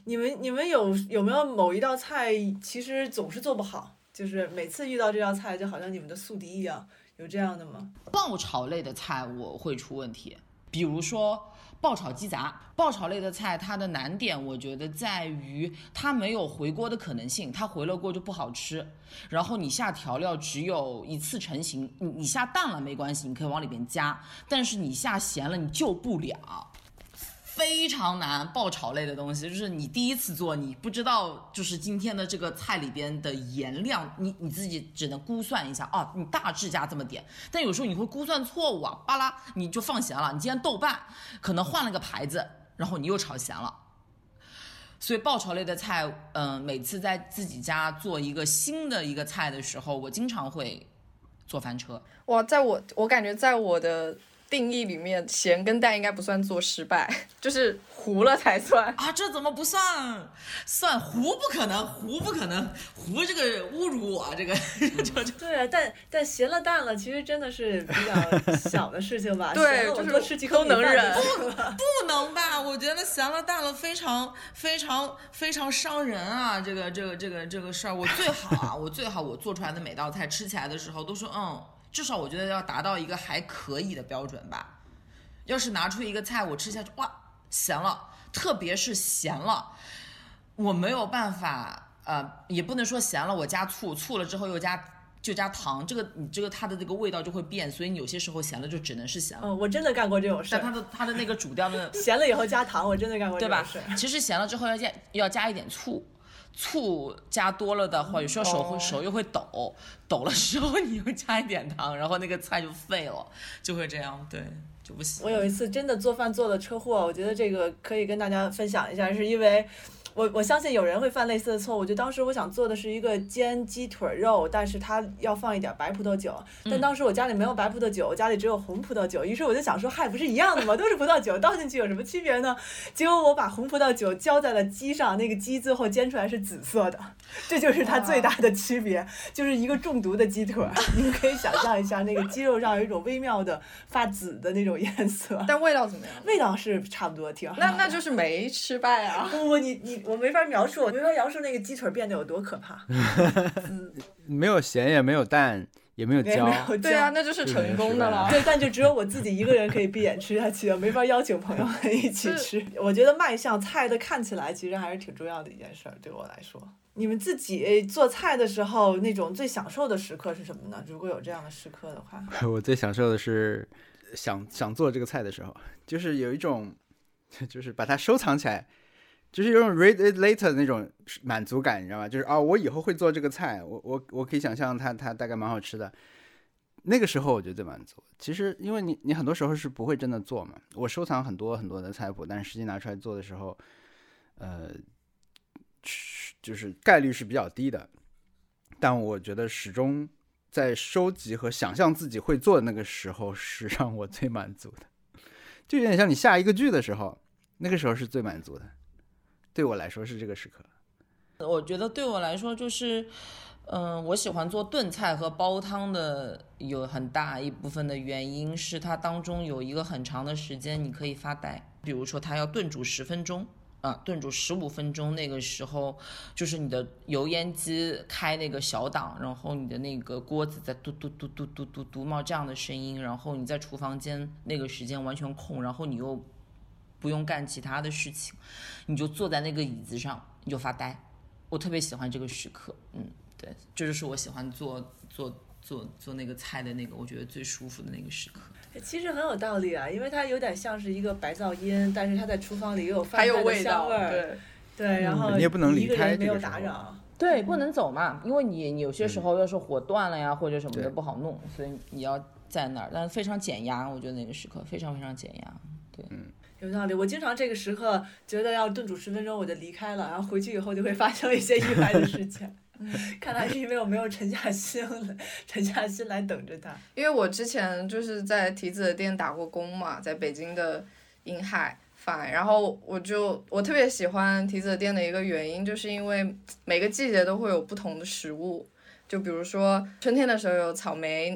你们你们有有没有某一道菜其实总是做不好，就是每次遇到这道菜就好像你们的宿敌一样，有这样的吗？ 爆炒类的菜我会出问题，比如说爆炒鸡杂。爆炒类的菜它的难点我觉得在于它没有回锅的可能性，它回了锅就不好吃，然后你下调料只有一次成型，你你下淡了没关系，你可以往里边加，但是你下咸了你救不了，非常难。爆炒类的东西就是你第一次做，你不知道就是今天的这个菜里边的盐量，你你自己只能估算一下啊，你大致加这么点，但有时候你会估算错误啊，巴拉你就放咸了。你今天豆瓣可能换了个牌子，然后你又炒咸了。所以爆炒类的菜，嗯、呃，每次在自己家做一个新的一个菜的时候，我经常会做翻车。 哇，在我我感觉在我的定义里面，咸跟淡应该不算做失败，就是糊了才算啊！这怎么不算？算糊不可能，糊不可能，糊这个侮辱我，这个就就对啊，但但咸了淡了，其实真的是比较小的事情吧。 对， 我多吃几口都能忍。 不不能吧？我觉得咸了淡了非常非常非常伤人啊！这个这个这个这个事儿，我最好啊，我最好我做出来的每道菜吃起来的时候都说嗯。至少我觉得要达到一个还可以的标准吧。要是拿出一个菜我吃下去，哇，咸了，特别是咸了，我没有办法，呃，也不能说咸了我加醋，醋了之后又加就加糖，这个你这个它的这个味道就会变，所以你有些时候咸了就只能是咸了。 嗯，我真的干过这种事。 但它的它的那个主调的咸了以后加糖，我真的干过这种事。 对吧？其实咸了之后要加要加一点醋。醋加多了的话，有时候手会、哦、手又会抖，抖了之后你又加一点糖，然后那个菜就废了，就会这样，对，就不行。 我有一次真的做饭做了车祸，我觉得这个可以跟大家分享一下，是因为我我相信有人会犯类似的错误。就当时我想做的是一个煎鸡腿肉，但是它要放一点白葡萄酒，但当时我家里没有白葡萄酒，我家里只有红葡萄酒，于是我就想说，嗨，不是一样的吗？都是葡萄酒，倒进去有什么区别呢？结果我把红葡萄酒浇在了鸡上，那个鸡最后煎出来是紫色的，这就是它最大的区别，就是一个中毒的鸡腿。你们可以想象一下，那个鸡肉上有一种微妙的发紫的那种颜色， 但味道怎么样？ 味道是差不多，挺好的。 那那就是没失败啊！ 不不，你你我没法描述，我没法描述那个鸡腿变得有多可怕。 嗯，没有咸也没有淡也没有焦， 对啊，那就是成功的了。 对，但就只有我自己一个人可以闭眼吃下去，没法邀请朋友们一起吃。我觉得卖相菜的看起来其实还是挺重要的一件事儿，对我来说。你们自己做菜的时候，那种最享受的时刻是什么呢？如果有这样的时刻的话， 我最享受的是想想做这个菜的时候，就是有一种，就是把它收藏起来。就是有种 read it later 的那种满足感，你知道吗？就是啊、哦，我以后会做这个菜，我我我可以想象它它大概蛮好吃的。那个时候我觉得最满足。其实因为你你很多时候是不会真的做嘛。我收藏很多很多的菜谱，但是实际拿出来做的时候，呃，就是概率是比较低的。但我觉得始终在收集和想象自己会做的那个时候是让我最满足的。就有点像你下一个剧的时候，那个时候是最满足的。对我来说是这个时刻。 我觉得对我来说就是，嗯、呃，我喜欢做炖菜和煲汤的，有很大一部分的原因是它当中有一个很长的时间你可以发呆。比如说它要炖煮十分钟啊，炖煮十五分钟，那个时候就是你的油烟机开那个小档，然后你的那个锅子在嘟嘟嘟嘟嘟嘟嘟冒这样的声音，然后你在厨房间那个时间完全空，然后你又不用干其他的事情，你就坐在那个椅子上，你就发呆。我特别喜欢这个时刻，嗯，对，这就是我喜欢做做做做那个菜的那个，我觉得最舒服的那个时刻。 其实很有道理啊，因为它有点像是一个白噪音，但是它在厨房里又有饭菜的香味儿， 对对，然后你也不能离开， 没有打扰。 对，不能走嘛，因为你你有些时候要是火断了呀、嗯、或者什么的不好弄，所以你要在那儿，但是非常减压，我觉得那个时刻非常非常减压，对， 嗯。 有道理，我经常这个时刻觉得要炖煮十分钟我就离开了，然后回去以后就会发生一些意外的事情。看来是因为我没有沉下心来，沉下心来等着它。 因为我之前就是在提子的店打过工嘛，在北京的银海饭，然后我就我特别喜欢提子的店的一个原因，就是因为每个季节都会有不同的食物，就比如说春天的时候有草莓。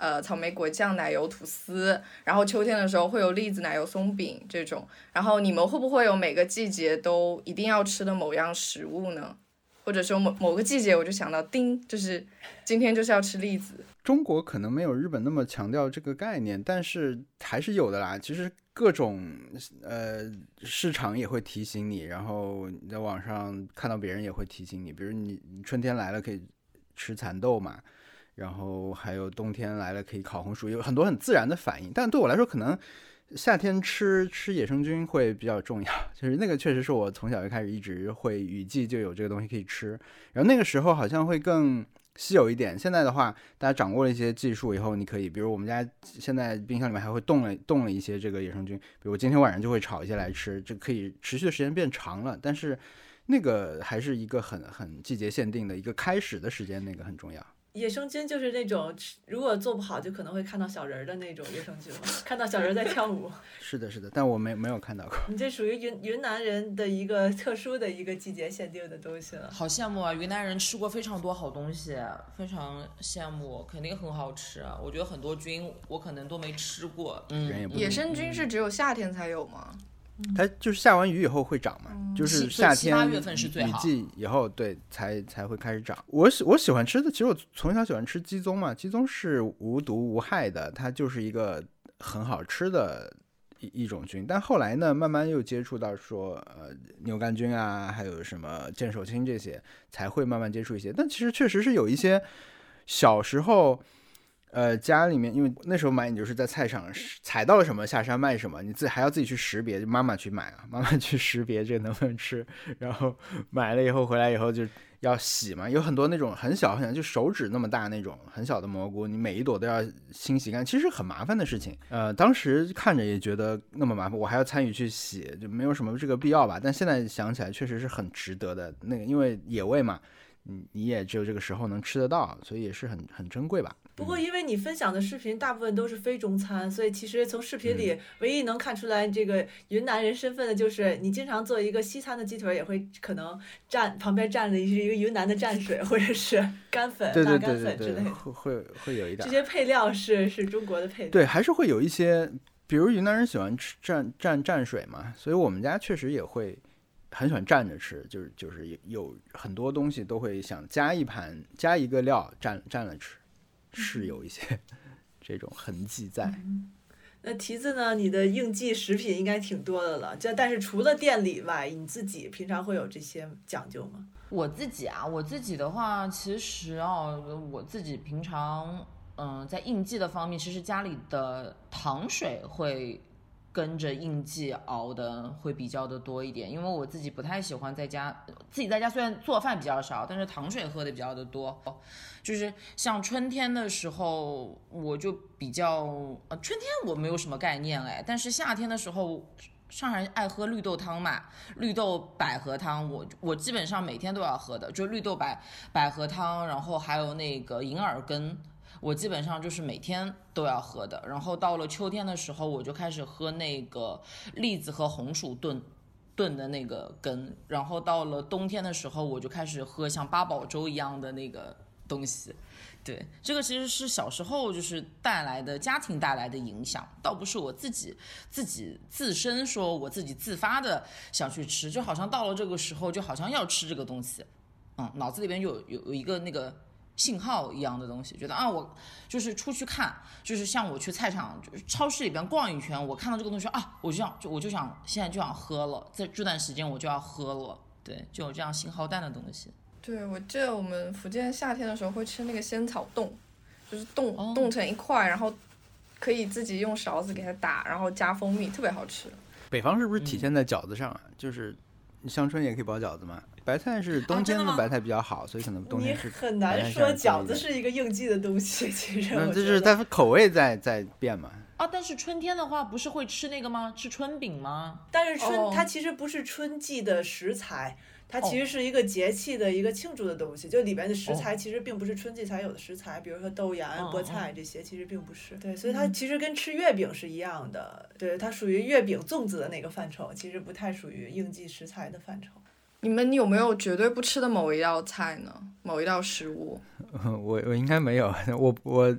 呃草莓果酱奶油吐司，然后秋天的时候会有栗子奶油松饼这种。然后你们会不会有每个季节都一定要吃的某样食物呢？或者说某某个季节我就想到叮，就是今天就是要吃栗子。 中国可能没有日本那么强调这个概念，但是还是有的啦。其实各种呃市场也会提醒你，然后你在网上看到别人也会提醒你，比如你春天来了可以吃蚕豆嘛，然后还有冬天来了可以烤红薯，有很多很自然的反应。但对我来说，可能夏天吃吃野生菌会比较重要，就是那个确实是我从小就开始一直会雨季就有这个东西可以吃，然后那个时候好像会更稀有一点。现在的话，大家掌握了一些技术以后，你可以，比如我们家现在冰箱里面还会冻了冻了一些这个野生菌，比如我今天晚上就会炒一些来吃，这可以持续的时间变长了。但是那个还是一个很很季节限定的一个开始的时间，那个很重要。 野生菌就是那种如果做不好就可能会看到小人的那种野生菌，看到小人在跳舞。 是的是的，但我没没有看到过。 你这属于云云南人的一个特殊的一个季节限定的东西了。 好羡慕啊！云南人吃过非常多好东西，非常羡慕，肯定很好吃。我觉得很多菌我可能都没吃过。 嗯，人也不野生菌是只有夏天才有吗？ 它就是下完雨以后会长嘛，嗯、就是夏天七八月份是最好， 雨季以后对才才会开始长。我喜我喜欢吃的，其实我从小喜欢吃鸡枞嘛，鸡枞是无毒无害的，它就是一个很好吃的一一种菌。但后来呢，慢慢又接触到说呃牛肝菌啊，还有什么剑手青这些，才会慢慢接触一些。但其实确实是有一些小时候。呃，家里面因为那时候买你就是在菜场采到了什么下山卖什么，你自己还要自己去识别，就妈妈去买啊，妈妈去识别这个能不能吃，然后买了以后回来以后就要洗嘛，有很多那种很小很小就手指那么大那种很小的蘑菇，你每一朵都要清洗干净，其实很麻烦的事情。呃，当时看着也觉得那么麻烦，我还要参与去洗，就没有什么这个必要吧。但现在想起来确实是很值得的，那个因为野味嘛。你你也只有这个时候能吃得到，所以也是很很珍贵吧。 不过因为你分享的视频大部分都是非中餐，所以其实从视频里唯一能看出来这个云南人身份的就是你经常做一个西餐的鸡腿，也会可能蘸旁边蘸的是一个云南的蘸水或者是干粉、辣干粉之类的， 会会会有一点。 这些配料是是中国的配料。 对，还是会有一些，比如云南人喜欢吃蘸蘸蘸水嘛，所以我们家确实也会。很喜欢蘸着吃，就是就是有很多东西都会想加一盘加一个料蘸蘸了吃，是有一些这种痕迹在。 嗯、那提子呢？你的应季食品应该挺多的了，这但是除了店里外，你自己平常会有这些讲究吗？ 我自己啊，我自己的话，其实啊，我自己平常嗯、呃，在应季的方面，其实家里的糖水会。跟着应季熬的会比较的多一点，因为我自己不太喜欢在家，自己在家虽然做饭比较少，但是糖水喝的比较的多。就是像春天的时候，我就比较呃，春天我没有什么概念哎，但是夏天的时候，上海人爱喝绿豆汤嘛，绿豆百合汤，我我基本上每天都要喝的，就绿豆百百合汤，然后还有那个银耳羹。我基本上就是每天都要喝的，然后到了秋天的时候，我就开始喝那个栗子和红薯炖炖的那个羹，然后到了冬天的时候，我就开始喝像八宝粥一样的那个东西。对，这个其实是小时候就是带来的家庭带来的影响，倒不是我自己自己自身说我自己自发的想去吃，就好像到了这个时候，就好像要吃这个东西，嗯，脑子里边有有有一个那个。信号一样的东西，觉得啊，我就是出去看，就是像我去菜场、就是超市里边逛一圈，我看到这个东西啊，我就想，就我就想现在就想喝了，在这段时间我就要喝了，对，就有这样信号弹的东西。 对，我记得我们福建夏天的时候会吃那个仙草冻，就是冻、哦、冻成一块，然后可以自己用勺子给它打，然后加蜂蜜，特别好吃。 北方是不是体现在饺子上啊？嗯、就是香椿也可以包饺子嘛。白菜是冬天的白菜比较好，啊、所以可能冬天是。 你很难说饺子是一个应季的东西，其实。 嗯，就是它口味在在变嘛。 啊，但是春天的话不是会吃那个吗？吃春饼吗？ 但是春、 哦、 它其实不是春季的食材，它其实是一个节气的一个庆祝的东西，哦、就里边的食材其实并不是春季才有的食材，比如说豆芽、菠菜这些，其实并不是。对，所以它其实跟吃月饼是一样的，对，它属于月饼粽子的那个范畴，其实不太属于应季食材的范畴。 你们有没有绝对不吃的某一道菜呢？某一道食物？ 我我应该没有，我我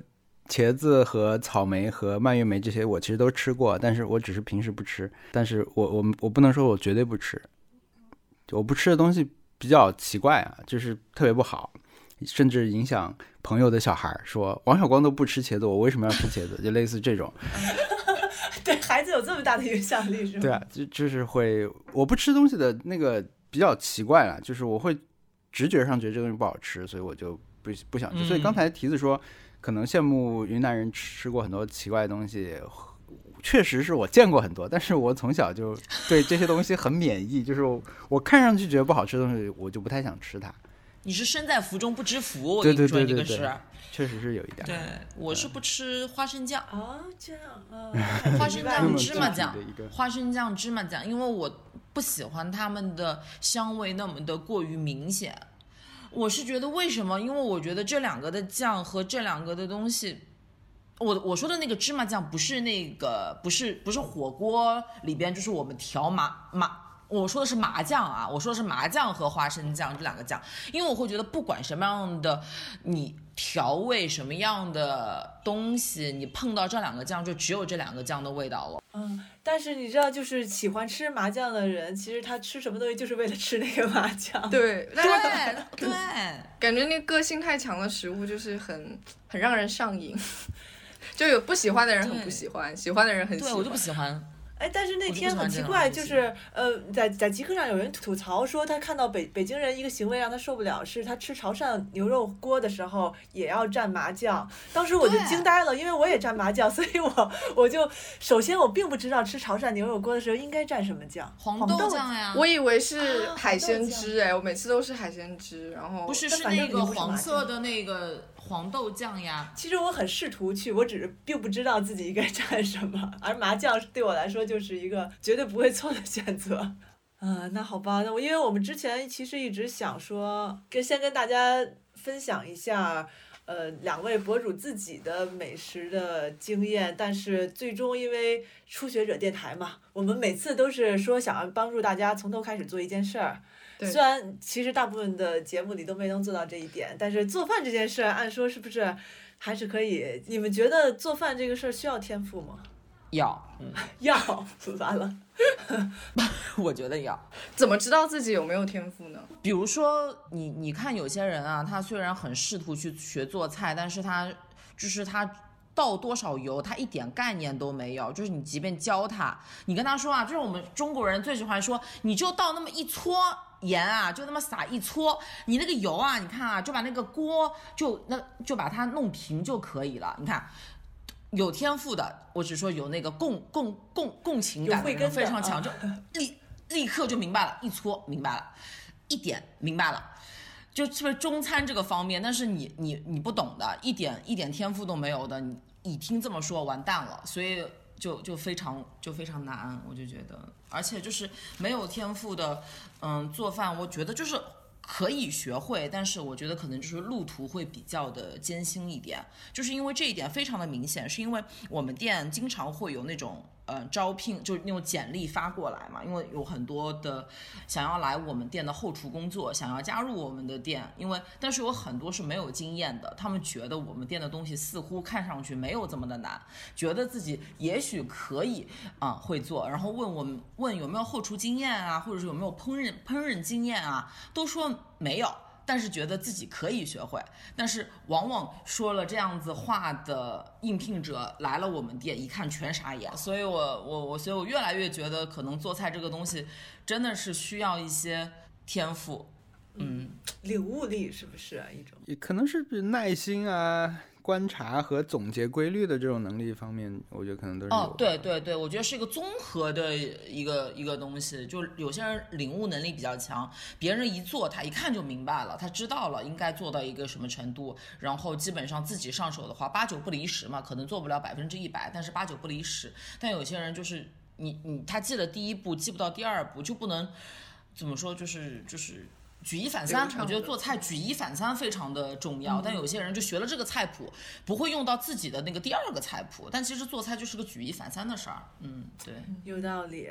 茄子和草莓和蔓越莓这些我其实都吃过，但是我只是平时不吃。但是我我我不能说我绝对不吃，我不吃的东西比较奇怪啊，就是特别不好，甚至影响朋友的小孩说王小光都不吃茄子，我为什么要吃茄子？就类似这种。 对孩子有这么大的影响力是吗？ 对啊，就就是会我不吃东西的那个比较奇怪了，就是我会直觉上觉得这个东西不好吃，所以我就不不想吃。 嗯、 所以刚才提子说可能羡慕云南人吃过很多奇怪的东西，确实是我见过很多，但是我从小就对这些东西很免疫，就是 我, 我看上去觉得不好吃的东西我就不太想吃它。 你是身在福中不知福，我跟你说这个是， 确实是有一点。 对，我是不吃花生酱。 哦，这样啊， 花生酱、芝麻酱， 嗯花生酱、芝麻酱，因为我不喜欢它们的香味那么的过于明显。我是觉得为什么？因为我觉得这两个的酱和这两个的东西，我我说的那个芝麻酱不是那个，不是不是火锅里边就是我们调麻麻。我说的是麻酱啊，我说的是麻酱和花生酱这两个酱，因为我会觉得不管什么样的你调味什么样的东西，你碰到这两个酱就只有这两个酱的味道了。 嗯，但是你知道，就是喜欢吃麻酱的人，其实他吃什么东西就是为了吃那个麻酱。 对对对， 感觉那个性太强的食物就是很很让人上瘾，就有不喜欢的人很不喜欢，喜欢的人很喜欢。 对，我就不喜欢。 哎，但是那天很奇怪，就是呃，在在极客上有人吐槽说，他看到北北京人一个行为让他受不了，是他吃潮汕牛肉锅的时候也要蘸麻酱。当时我就惊呆了，因为我也蘸麻酱，所以我我就首先我并不知道吃潮汕牛肉锅的时候应该蘸什么酱， 黄豆酱呀。 我以为是海鲜汁，哎、啊，我每次都是海鲜汁，然后不是是那个黄色的那个黄豆酱呀。 其实我很试图去，我只是并不知道自己应该蘸什么，而麻酱对我来说就是一个绝对不会错的选择。啊、呃，那好吧，那我因为我们之前其实一直想说，跟先跟大家分享一下，呃，两位博主自己的美食的经验，但是最终因为初学者电台嘛，我们每次都是说想要帮助大家从头开始做一件事儿。虽然其实大部分的节目里都没能做到这一点，但是做饭这件事按说是不是还是可以？你们觉得做饭这个事儿需要天赋吗？ 要，嗯， 要，完了， 我觉得要。 怎么知道自己有没有天赋呢？ 比如说，你你看有些人啊，他虽然很试图去学做菜，但是他就是他倒多少油，他一点概念都没有。就是你即便教他，你跟他说啊，就是我们中国人最喜欢说，你就倒那么一撮盐啊，就那么撒一撮，你那个油啊，你看啊，就把那个锅就那就把它弄平就可以了。你看。有天赋的，我只说有那个共共共共情感的人非常强，就立立刻就明白了，一搓明白了，一点明白了，就特别中餐这个方面，但是你你你不懂的，一点一点天赋都没有的，你一听这么说完蛋了，所以就就非常就非常难，我就觉得，而且就是没有天赋的，嗯，做饭我觉得就是。可以学会，但是我觉得可能就是路途会比较的艰辛一点，就是因为这一点非常的明显，是因为我们店经常会有那种呃招聘，就是那种简历发过来嘛，因为有很多的想要来我们店的后厨工作，想要加入我们的店，因为但是有很多是没有经验的，他们觉得我们店的东西似乎看上去没有这么的难，觉得自己也许可以啊、呃、会做，然后问我们问有没有后厨经验啊，或者是有没有烹饪烹饪经验啊，都说没有，但是觉得自己可以学会，但是往往说了这样子话的应聘者来了我们店，一看全傻眼。所以我我我，所以我越来越觉得，可能做菜这个东西真的是需要一些天赋，嗯， 领悟力是不是一种？ 也可能是耐心啊。观察和总结规律的这种能力方面，我觉得可能都是有。 哦，对对对，我觉得是一个综合的一个一个东西。就有些人领悟能力比较强，别人一做他一看就明白了，他知道了应该做到一个什么程度，然后基本上自己上手的话，八九不离十嘛，可能做不了百分之一百，但是八九不离十。但有些人就是你你他记了第一步，记不到第二步，就不能怎么说，就是就是。举一反三，我觉得做菜举一反三非常的重要，嗯、但有些人就学了这个菜谱，不会用到自己的那个第二个菜谱，但其实做菜就是个举一反三的事儿。嗯，对， 有道理。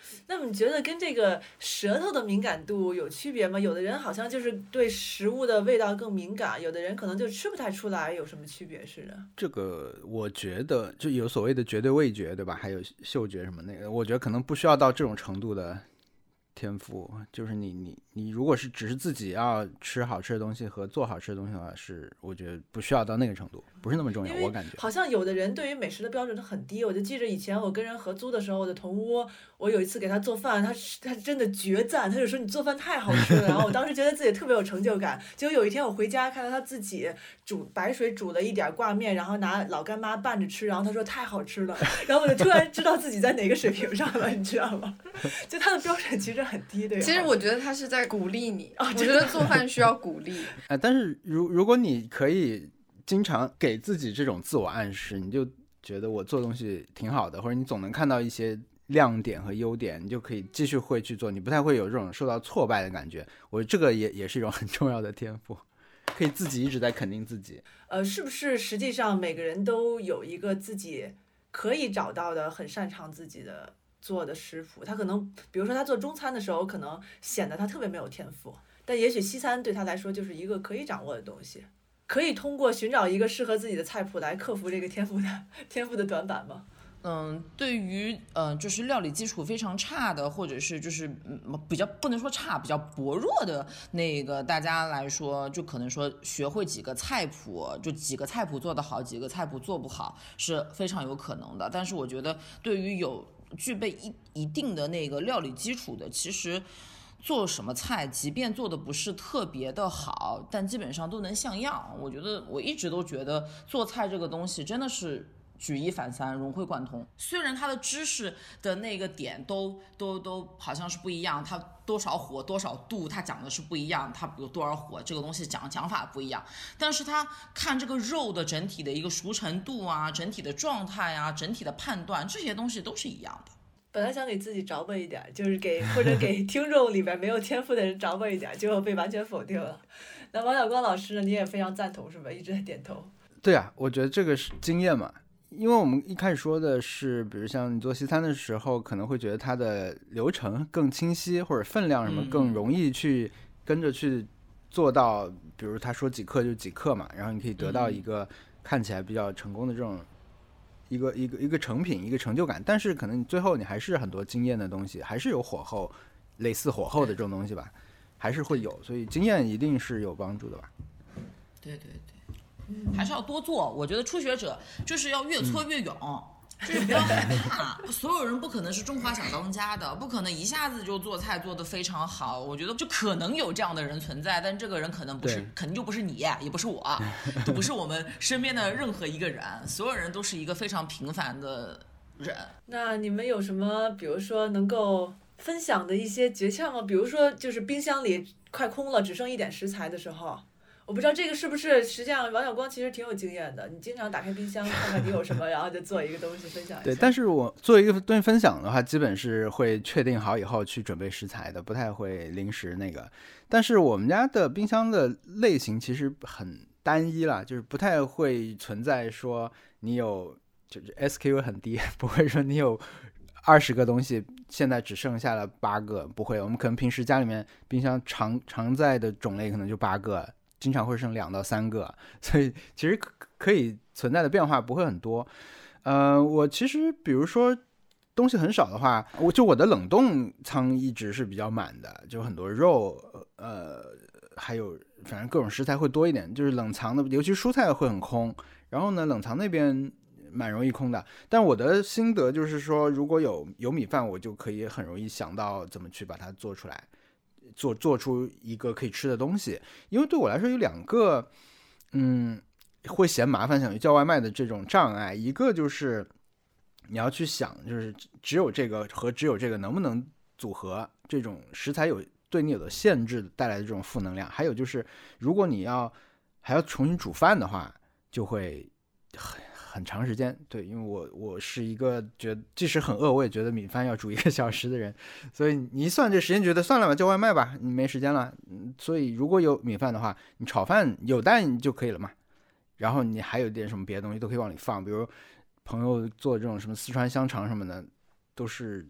那么你觉得跟这个舌头的敏感度有区别吗？有的人好像就是对食物的味道更敏感，有的人可能就吃不太出来，有什么区别是的？ 这个我觉得就有所谓的绝对味觉，对吧？还有嗅觉什么那个，我觉得可能不需要到这种程度的天赋，就是你你你如果是只是自己要吃好吃的东西和做好吃的东西的话，是我觉得不需要到那个程度，不是那么重要。我感觉好像有的人对于美食的标准都很低。我就记着以前我跟人合租的时候，我的同屋，我有一次给他做饭，他他真的绝赞，他就说你做饭太好吃了。然后我当时觉得自己特别有成就感。结果有一天我回家看到他自己煮白水煮了一点挂面，然后拿老干妈拌着吃，然后他说太好吃了。然后我就突然知道自己在哪个水平上了，你知道吗？就他的标准其实很低的。 其实我觉得他是在鼓励你，我觉得做饭需要鼓励。 哎，但是如如果你可以经常给自己这种自我暗示，你就觉得我做东西挺好的，或者你总能看到一些亮点和优点，你就可以继续会去做，你不太会有这种受到挫败的感觉。我这个也也是一种很重要的天赋，可以自己一直在肯定自己。 呃，是不是实际上每个人都有一个自己可以找到的很擅长自己的做的食谱？他可能比如说他做中餐的时候可能显得他特别没有天赋，但也许西餐对他来说就是一个可以掌握的东西。可以通过寻找一个适合自己的菜谱来克服这个天赋的天赋的短板吗？ 嗯，对于呃，就是料理基础非常差的，或者是就是嗯比较不能说差，比较薄弱的那个大家来说，就可能说学会几个菜谱，就几个菜谱做得好，几个菜谱做不好是非常有可能的。但是我觉得，对于有具备一一定的那个料理基础的，其实做什么菜，即便做的不是特别的好，但基本上都能像样。我觉得我一直都觉得做菜这个东西真的是举一反三，融会贯通。虽然它的知识的那个点都都都好像是不一样，它多少火多少度，它讲的是不一样，它有多少火这个东西讲讲法不一样，但是它看这个肉的整体的一个熟成度啊，整体的状态啊，整体的判断，这些东西都是一样的。 本来想给自己着吧一点，就是给或者给听众里边没有天赋的人着吧一点，结果被完全否定了。那王小光老师呢，你也非常赞同是吧？一直在点头。 对啊，我觉得这个是经验嘛，因为我们一开始说的是，比如像你做西餐的时候，可能会觉得它的流程更清晰，或者分量什么更容易去跟着去做到，比如他说几克就几克嘛，然后你可以得到一个看起来比较成功的这种一个一个一个成品，一个成就感。但是可能你最后你还是很多经验的东西，还是有火候，类似火候的这种东西吧，还是会有，所以经验一定是有帮助的吧。 对对对，还是要多做。我觉得初学者就是要越挫越勇，嗯、就是不要害怕。所有人不可能是中华小当家的，不可能一下子就做菜做得非常好。我觉得就可能有这样的人存在，但这个人可能不是，肯定就不是你，也不是我，都不是我们身边的任何一个人。所有人都是一个非常平凡的人。 那你们有什么，比如说能够分享的一些诀窍吗？比如说，就是冰箱里快空了，只剩一点食材的时候。我不知道这个是不是，实际上王小光其实挺有经验的。你经常打开冰箱看看你有什么，然后就做一个东西分享一下。 对，但是我做一个东西分享的话，基本是会确定好以后去准备食材的，不太会临时那个。但是我们家的冰箱的类型其实很单一啦，就是不太会存在说你有就是 S K U 很低，不会说你有二十个东西，现在只剩下了八个，不会。我们可能平时家里面冰箱常常在的种类可能就八个。经常会剩两到三个，所以其实可以存在的变化不会很多。呃，我其实比如说东西很少的话，我就我的冷冻仓一直是比较满的，就很多肉，呃，还有反正各种食材会多一点，就是冷藏的，尤其蔬菜会很空。然后呢，冷藏那边蛮容易空的。但我的心得就是说，如果有有米饭，我就可以很容易想到怎么去把它做出来。做做出一个可以吃的东西，因为对我来说有两个，嗯，会嫌麻烦想去叫外卖的这种障碍。一个就是你要去想，就是只有这个和只有这个能不能组合，这种食材有对你有的限制带来的这种负能量。还有就是，如果你要还要重新煮饭的话，就会很。很长时间，对，因为我我是一个觉得即使很饿，我也觉得米饭要煮一个小时的人，所以你一算这时间，觉得算了吧，叫外卖吧，你没时间了。所以如果有米饭的话，你炒饭有蛋就可以了嘛。然后你还有点什么别的东西都可以往里放，比如朋友做这种什么四川香肠什么的，都是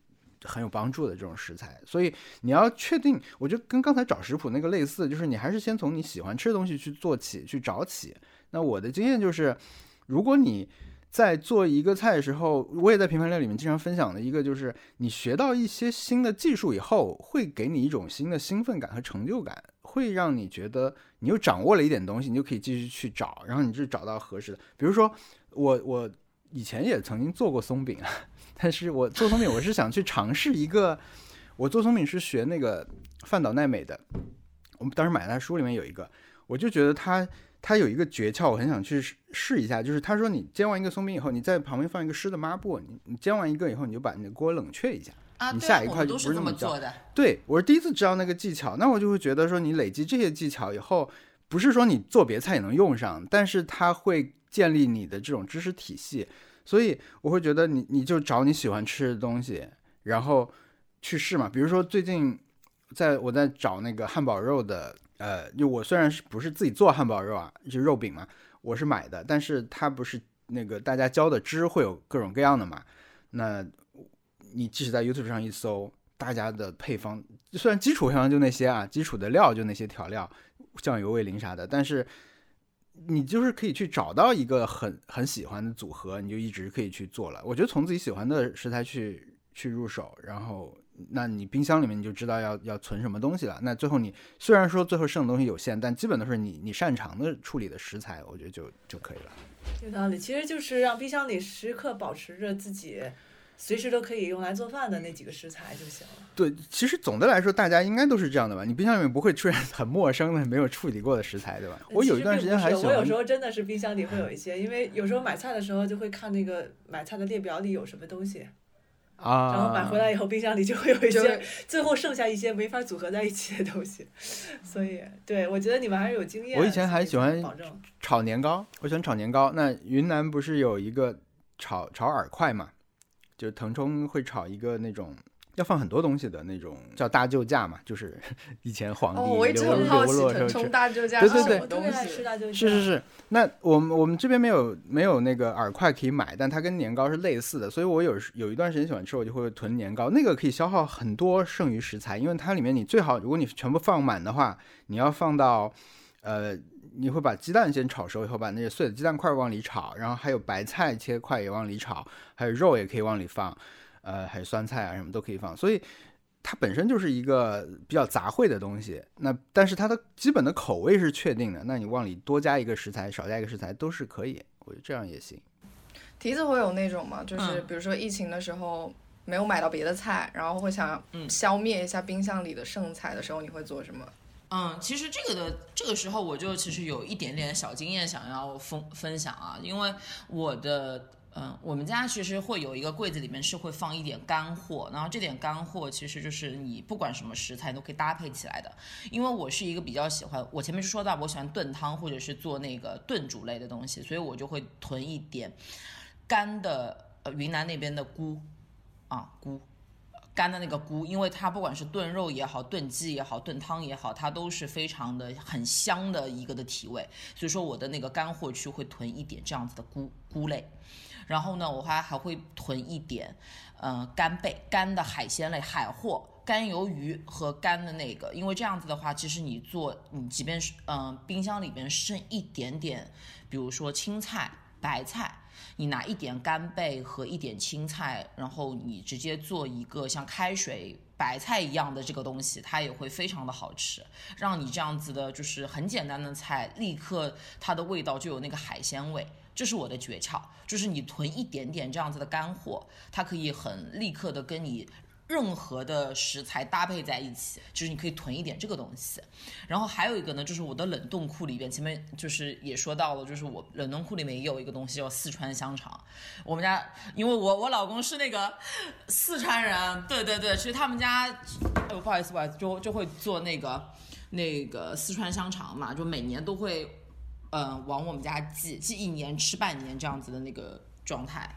很有帮助的这种食材。所以你要确定，我觉得跟刚才找食谱那个类似，就是你还是先从你喜欢吃的东西去做起，去找起。那我的经验就是，如果你在做一个菜的时候，我也在平凡料理里面经常分享的一个，就是你学到一些新的技术以后，会给你一种新的兴奋感和成就感，会让你觉得你又掌握了一点东西，你就可以继续去找，然后你就找到合适的。比如说我我以前也曾经做过松饼，但是我做松饼我是想去尝试一个，我做松饼是学那个饭岛奈美的，我们当时买的书里面有一个，我就觉得他。它有一个诀窍，我很想去试一下，就是他说你煎完一个松饼以后，你在旁边放一个湿的抹布，你你煎完一个以后，你就把你的锅冷却一下， 啊、 你下一块就不是这么做的。 对，我是第一次知道那个技巧，那我就会觉得说，你累积这些技巧以后，不是说你做别菜也能用上，但是它会建立你的这种知识体系，所以我会觉得你你就找你喜欢吃的东西，然后去试嘛。比如说最近在我在找那个汉堡肉的。呃，就我虽然是不是自己做汉堡肉啊，就肉饼嘛，我是买的，但是它不是那个大家教的汁会有各种各样的嘛。那你即使在 YouTube 上一搜，大家的配方虽然基础配方就那些啊，基础的料就那些调料，酱油、味淋啥的，但是你就是可以去找到一个很很喜欢的组合，你就一直可以去做了。我觉得从自己喜欢的食材去去入手，然后。那你冰箱里面你就知道要要存什么东西了。那最后你虽然说最后剩的东西有限，但基本都是你你擅长的处理的食材，我觉得就就可以了。 有道理，其实就是让冰箱里时刻保持着自己随时都可以用来做饭的那几个食材就行了。 对，其实总的来说大家应该都是这样的吧？你冰箱里面不会出现很陌生的没有处理过的食材，对吧？我有一段时间还喜欢， 我有时候真的是冰箱里会有一些，因为有时候买菜的时候就会看那个买菜的列表里有什么东西。 啊， 然后买回来以后，冰箱里就会有一些，最后剩下一些没法组合在一起的东西，所以，对，我觉得你们还是有经验。 我以前还喜欢炒年糕，我喜欢炒年糕。那云南不是有一个炒炒饵块嘛，就腾冲会炒一个那种要放很多东西的那种叫大救驾嘛，就是以前皇帝哦，我一直很好奇腾冲大救驾是什么东西。 是是是，那我们我们这边没有没有那个饵块可以买，但它跟年糕是类似的，所以我有有一段时间喜欢吃，我就会囤年糕，那个可以消耗很多剩余食材，因为它里面你最好如果你全部放满的话，你要放到呃。你会把鸡蛋先炒熟以后，把那些碎的鸡蛋块往里炒，然后还有白菜切块也往里炒，还有肉也可以往里放，呃，还有酸菜啊什么都可以放，所以它本身就是一个比较杂烩的东西。那但是它的基本的口味是确定的，那你往里多加一个食材，少加一个食材都是可以，我觉得这样也行。 蹄子会有那种吗？就是比如说疫情的时候没有买到别的菜，然后会想消灭一下冰箱里的剩菜的时候，你会做什么？ 嗯，其实这个的这个时候我就其实有一点点小经验想要分分享啊，因为我的嗯，我们家其实会有一个柜子里面是会放一点干货，然后这点干货其实就是你不管什么食材都可以搭配起来的。因为我是一个比较喜欢，我前面说到我喜欢炖汤或者是做那个炖煮类的东西，所以我就会囤一点干的呃云南那边的菇啊菇。干的那个菇，因为它不管是炖肉也好，炖鸡也好，炖汤也好，它都是非常的很香的一个的体味，所以说我的那个干货区会囤一点这样子的菇菇类。然后呢，我还还会囤一点呃干贝，干的海鲜类，海货，干鱿鱼和干的那个，因为这样子的话，其实你做你即便是嗯、呃、冰箱里边剩一点点，比如说青菜、白菜。你拿一点干贝和一点青菜，然后你直接做一个像开水白菜一样的这个东西，它也会非常的好吃，让你这样子的就是很简单的菜立刻它的味道就有那个海鲜味，这是我的诀窍，就是你囤一点点这样子的干货，它可以很立刻的跟你任何的食材搭配在一起，就是你可以囤一点这个东西。然后还有一个呢，就是我的冷冻库里边，前面就是也说到了，就是我冷冻库里面也有一个东西叫四川香肠。我们家因为我我老公是那个四川人，对对对，其实他们家，哎呦不好意思不好意思，就就会做那个那个四川香肠嘛，就每年都会，呃，往我们家寄寄一年吃半年这样子的那个状态。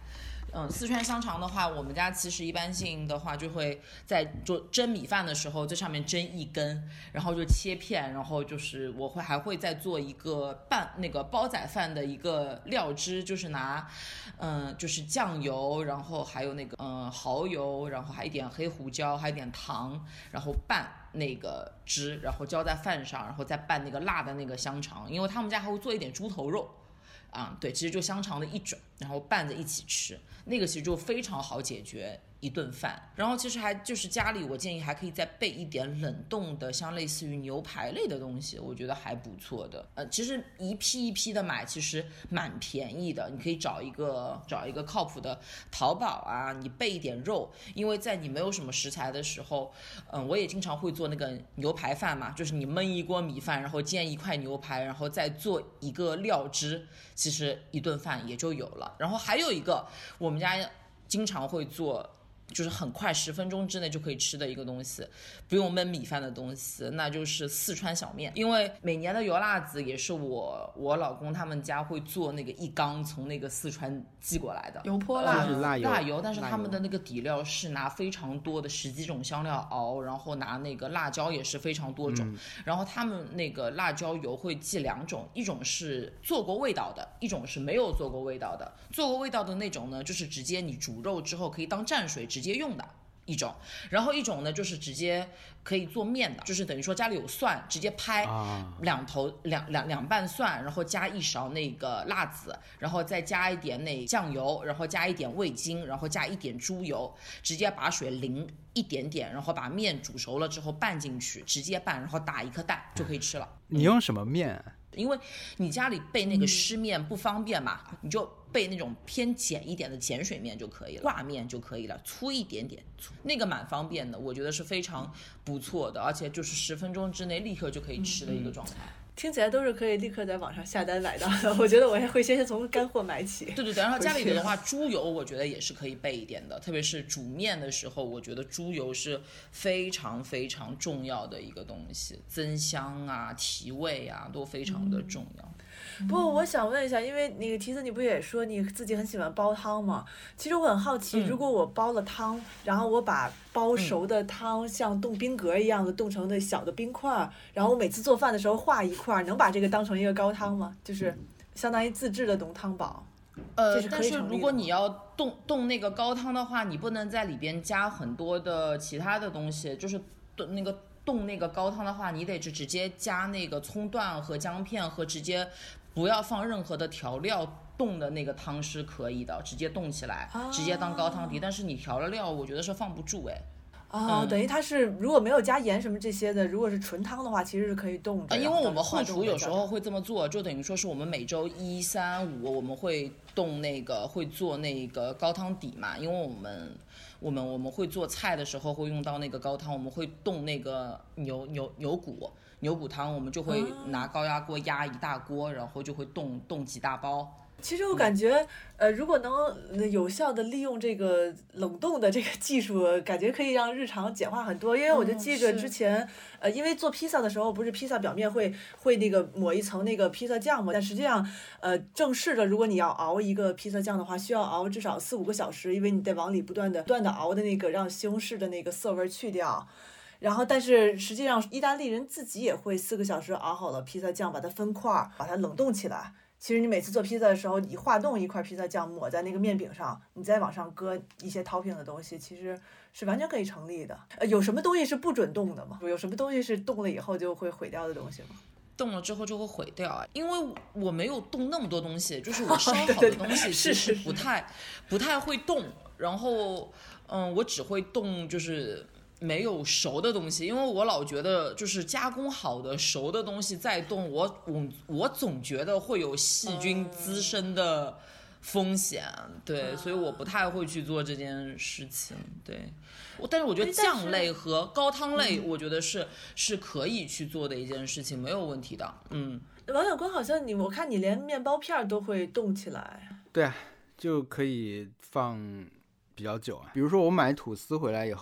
嗯，四川香肠的话，我们家其实一般性的话就会在做蒸米饭的时候，在上面蒸一根，然后就切片，然后就是我会还会再做一个拌那个煲仔饭的一个料汁，就是拿嗯就是酱油，然后还有那个嗯蚝油，然后还一点黑胡椒，还有一点糖，然后拌那个汁，然后浇在饭上，然后再拌那个辣的那个香肠，因为他们家还会做一点猪头肉。啊，对，其实就香肠的一种，然后拌着一起吃，那个其实就非常好解决一顿饭。然后其实还就是家里，我建议还可以再备一点冷冻的，像类似于牛排类的东西，我觉得还不错的。呃，其实一批一批的买，其实蛮便宜的。你可以找一个找一个靠谱的淘宝啊，你备一点肉，因为在你没有什么食材的时候，嗯、呃，我也经常会做那个牛排饭嘛，就是你焖一锅米饭，然后煎一块牛排，然后再做一个料汁。其实一顿饭也就有了。然后还有一个我们家经常会做，就是很快十分钟之内就可以吃的一个东西，不用焖米饭的东西，那就是四川小面。因为每年的油辣子也是我我老公他们家会做那个一缸从那个四川寄过来的油泼辣就是辣油辣油，但是他们的那个底料是拿非常多的十几种香料熬，然后拿那个辣椒也是非常多种、嗯、然后他们那个辣椒油会寄两种，一种是做过味道的，一种是没有做过味道的。做过味道的那种呢，就是直接你煮肉之后可以当蘸水直接用的一种，然后一种呢就是直接可以做面的，就是等于说家里有蒜直接拍两头两两两瓣蒜，然后加一勺那个辣子，然后再加一点那酱油，然后加一点味精，然后加一点猪油，直接把水淋一点点，然后把面煮熟了之后拌进去，直接拌，然后打一颗蛋就可以吃了。 你用什么面？ 因为你家里备那个湿面不方便嘛、嗯、你就备那种偏碱一点的碱水面就可以了，挂面就可以了，粗一点点，那个蛮方便的，我觉得是非常不错的，而且就是十分钟之内立刻就可以吃的一个状态、嗯嗯， 听起来都是可以立刻在网上下单买到的。我觉得我也会先从干货买起。 对对对，然后家里的话，猪油我觉得也是可以备一点的，特别是煮面的时候，我觉得猪油是非常非常重要的一个东西，增香啊、提味啊都非常的重要。 嗯、不过我想问一下，因为那个提子你不也说你自己很喜欢煲汤吗？其实我很好奇，如果我煲了汤、嗯、然后我把煲熟的汤像冻冰格一样的冻成的小的冰块，然后我每次做饭的时候化一块，能把这个当成一个高汤吗？就是相当于自制的浓汤宝。 呃，但是如果你要冻冻那个高汤的话，你不能在里边加很多的其他的东西，就是冻那个冻那个高汤的话，你得是直接加那个葱段和姜片和直接不要放任何的调料。冻的那个汤是可以的，直接冻起来、啊、直接当高汤底，但是你调了料我觉得是放不住哎。 哦、嗯，等于它是如果没有加盐什么这些的，如果是纯汤的话其实是可以冻的、 呃、因为我们后厨有时候会这么做，就等于说是我们每周一三五我们会冻那个会做那个高汤底嘛，因为我们我们我们会做菜的时候会用到那个高汤，我们会冻那个牛牛牛骨牛骨汤，我们就会拿高压锅压一大锅，然后就会冻冻几大包。 其实我感觉，呃，如果能有效的利用这个冷冻的这个技术，感觉可以让日常简化很多。因为我就记着之前，嗯、呃，因为做披萨的时候，不是披萨表面会会那个抹一层那个披萨酱嘛？但实际上，呃，正式的，如果你要熬一个披萨酱的话，需要熬至少四五个小时，因为你得往里不断的不断的熬的那个让西红柿的那个涩味去掉。然后，但是实际上，意大利人自己也会四个小时熬好了披萨酱，把它分块，把它冷冻起来。其实你每次做披萨的时候，你化冻一块披萨酱抹在那个面饼上，你再往上搁一些 topping 的东西，其实是完全可以成立的。呃，有什么东西是不准冻的吗？有什么东西是冻了以后就会毁掉的东西吗？ 冻了之后就会毁掉啊，因为我没有冻那么多东西，就是我烧好的东西其实不太不太会冻，然后嗯，我只会冻就是没有熟的东西，因为我老觉得就是加工好的熟的东西再冻，我我我总觉得会有细菌滋生的风险，对，所以我不太会去做这件事情，对。但是我觉得酱类和高汤类，我觉得是、嗯、是可以去做的一件事情，没有问题的。嗯， 王小光好像你，我看你连面包片都会冻起来。 对啊，就可以放比较久啊。比如说我买吐司回来以后，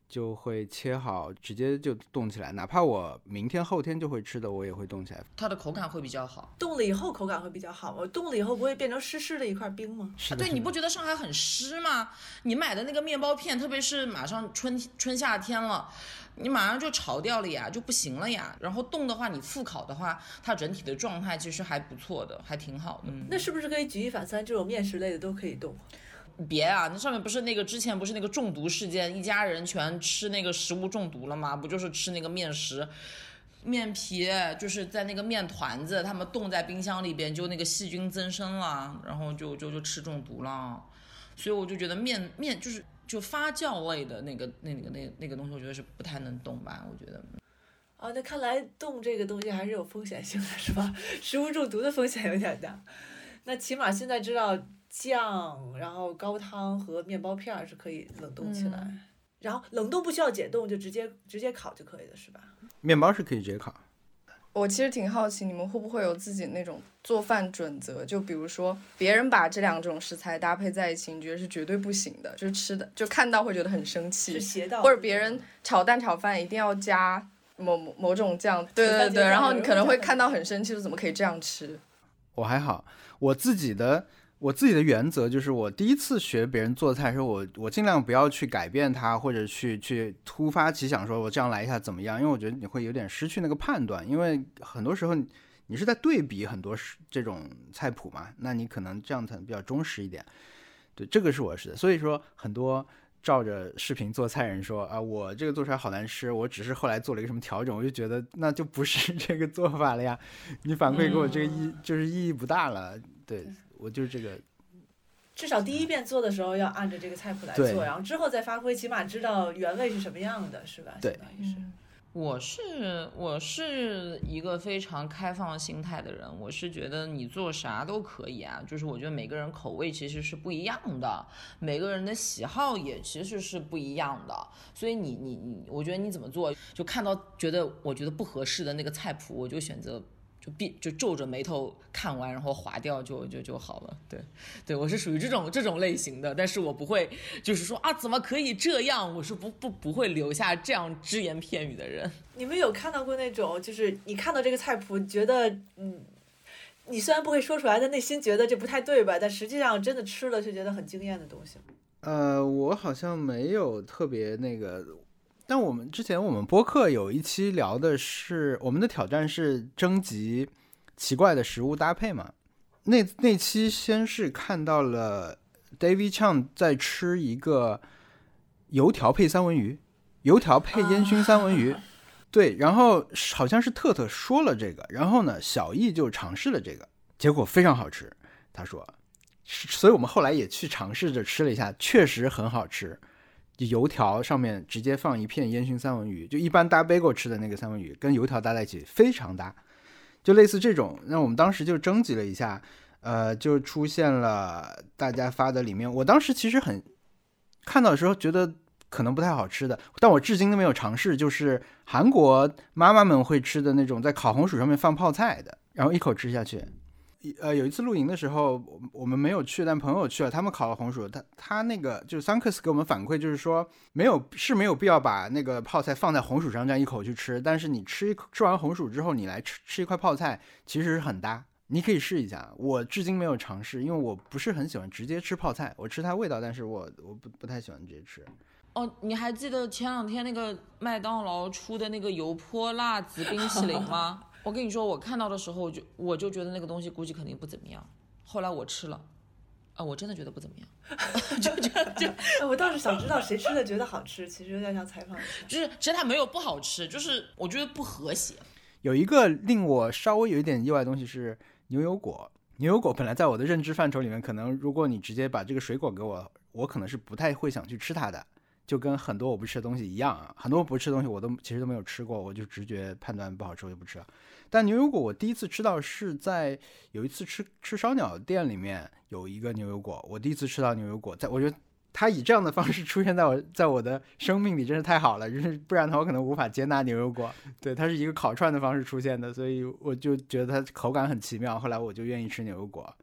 就会切好，直接就冻起来，哪怕我明天后天就会吃的，我也会冻起来。 它的口感会比较好。 冻了以后口感会比较好吗？冻了以后不会变成湿湿的一块冰吗？ 是的， 对， 是的你不觉得上海很湿吗？你买的那个面包片，特别是马上春春夏天了，你马上就潮掉了呀，就不行了呀。然后冻的话，你复烤的话，它整体的状态其实还不错的，还挺好的。嗯、 那是不是可以举一反三，这种面食类的都可以冻？ 别啊，那上面不是那个之前不是那个中毒事件，一家人全吃那个食物中毒了吗？不就是吃那个面食，面皮就是在那个面团子，他们冻在冰箱里边，就那个细菌增生了，然后就就就吃中毒了。所以我就觉得面面就是就发酵类的那个那个那那个东西，我觉得是不太能冻吧，我觉得。 啊，那看来冻这个东西还是有风险性的，是吧？食物中毒的风险有点大。那起码现在知道酱，然后高汤和面包片是可以冷冻起来，嗯、然后冷冻不需要解冻，就直接直接烤就可以了，是吧？ 面包是可以直接烤。 我其实挺好奇，你们会不会有自己那种做饭准则？就比如说，别人把这两种食材搭配在一起，你觉得是绝对不行的，就是吃的就看到会觉得很生气， 是邪道。 或者别人炒蛋炒饭一定要加某某种酱，对对对，然后你可能会看到很生气，说怎么可以这样吃？ 我还好，我自己的。我自己的原则就是，我第一次学别人做菜的时候，我我尽量不要去改变它，或者去去突发奇想说我这样来一下怎么样，因为我觉得你会有点失去那个判断，因为很多时候你是在对比很多这种菜谱嘛，那你可能这样才比较忠实一点。对，这个是我是的，所以说很多照着视频做菜人说啊，我这个做出来好难吃，我只是后来做了一个什么调整，我就觉得那就不是这个做法了呀，你反馈给我这个意、嗯、就是意义不大了，对。我就是这个， 至少第一遍做的时候要按照这个菜谱来做，然后之后再发挥，起码知道原味是什么样的，是吧？ 对， 相当于是。 我是我是一个非常开放心态的人，我是觉得你做啥都可以啊，就是我觉得每个人口味其实是不一样的，每个人的喜好也其实是不一样的，所以你你你，我觉得你怎么做，就看到觉得我觉得不合适的那个菜谱，我就选择。就闭就皱着眉头看完，然后划掉就就就好了。对，对我是属于这种这种类型的，但是我不会就是说啊怎么可以这样，我是不不不会留下这样只言片语的人。 你们有看到过那种，就是你看到这个菜谱，你觉得嗯，你虽然不会说出来，但内心觉得这不太对吧？但实际上真的吃了就觉得很惊艳的东西。 呃，我好像没有特别那个。但我们之前我们播客有一期聊的是我们的挑战是征集奇怪的食物搭配嘛，那那期先是看到了 David Chang 在吃一个油条配三文鱼，油条配烟熏三文鱼、啊、对，然后好像是特特说了这个，然后呢小易就尝试了这个，结果非常好吃，他说，所以我们后来也去尝试着吃了一下，确实很好吃，油条上面直接放一片烟熏三文鱼，就一般搭 bagel 吃的那个三文鱼跟油条搭在一起非常搭，就类似这种。那我们当时就征集了一下，呃，就出现了大家发的里面，我当时其实很看到的时候觉得可能不太好吃的，但我至今都没有尝试，就是韩国妈妈们会吃的那种在烤红薯上面放泡菜的，然后一口吃下去。呃，有一次露营的时候，我们没有去，但朋友去了，他们烤了红薯，他他那个就是桑克斯给我们反馈，就是说没有是没有必要把那个泡菜放在红薯上这样一口去吃，但是你吃一吃完红薯之后，你来吃吃一块泡菜，其实是很搭，你可以试一下。我至今没有尝试，因为我不是很喜欢直接吃泡菜，我吃它味道，但是我我不不太喜欢直接吃。 哦，你还记得前两天那个麦当劳出的那个油泼辣子冰淇淋吗？我跟你说，我看到的时候我就我就觉得那个东西估计肯定不怎么样。后来我吃了，啊，我真的觉得不怎么样。就就就， 我倒是想知道谁吃的觉得好吃，其实有点想采访一下。 就是其实它没有不好吃，就是我觉得不和谐。 有一个令我稍微有一点意外的东西是牛油果。牛油果本来在我的认知范畴里面，可能如果你直接把这个水果给我，我可能是不太会想去吃它的。就跟很多我不吃的东西一样啊，很多我不吃的东西我都其实都没有吃过，我就直觉判断不好吃我就不吃了。但牛油果我第一次吃到是在有一次吃吃烧鸟店里面有一个牛油果，我第一次吃到牛油果，在我觉得它以这样的方式出现在我在我的生命里真是太好了，就是不然的话我可能无法接纳牛油果。对，它是一个烤串的方式出现的，所以我就觉得它口感很奇妙，后来我就愿意吃牛油果。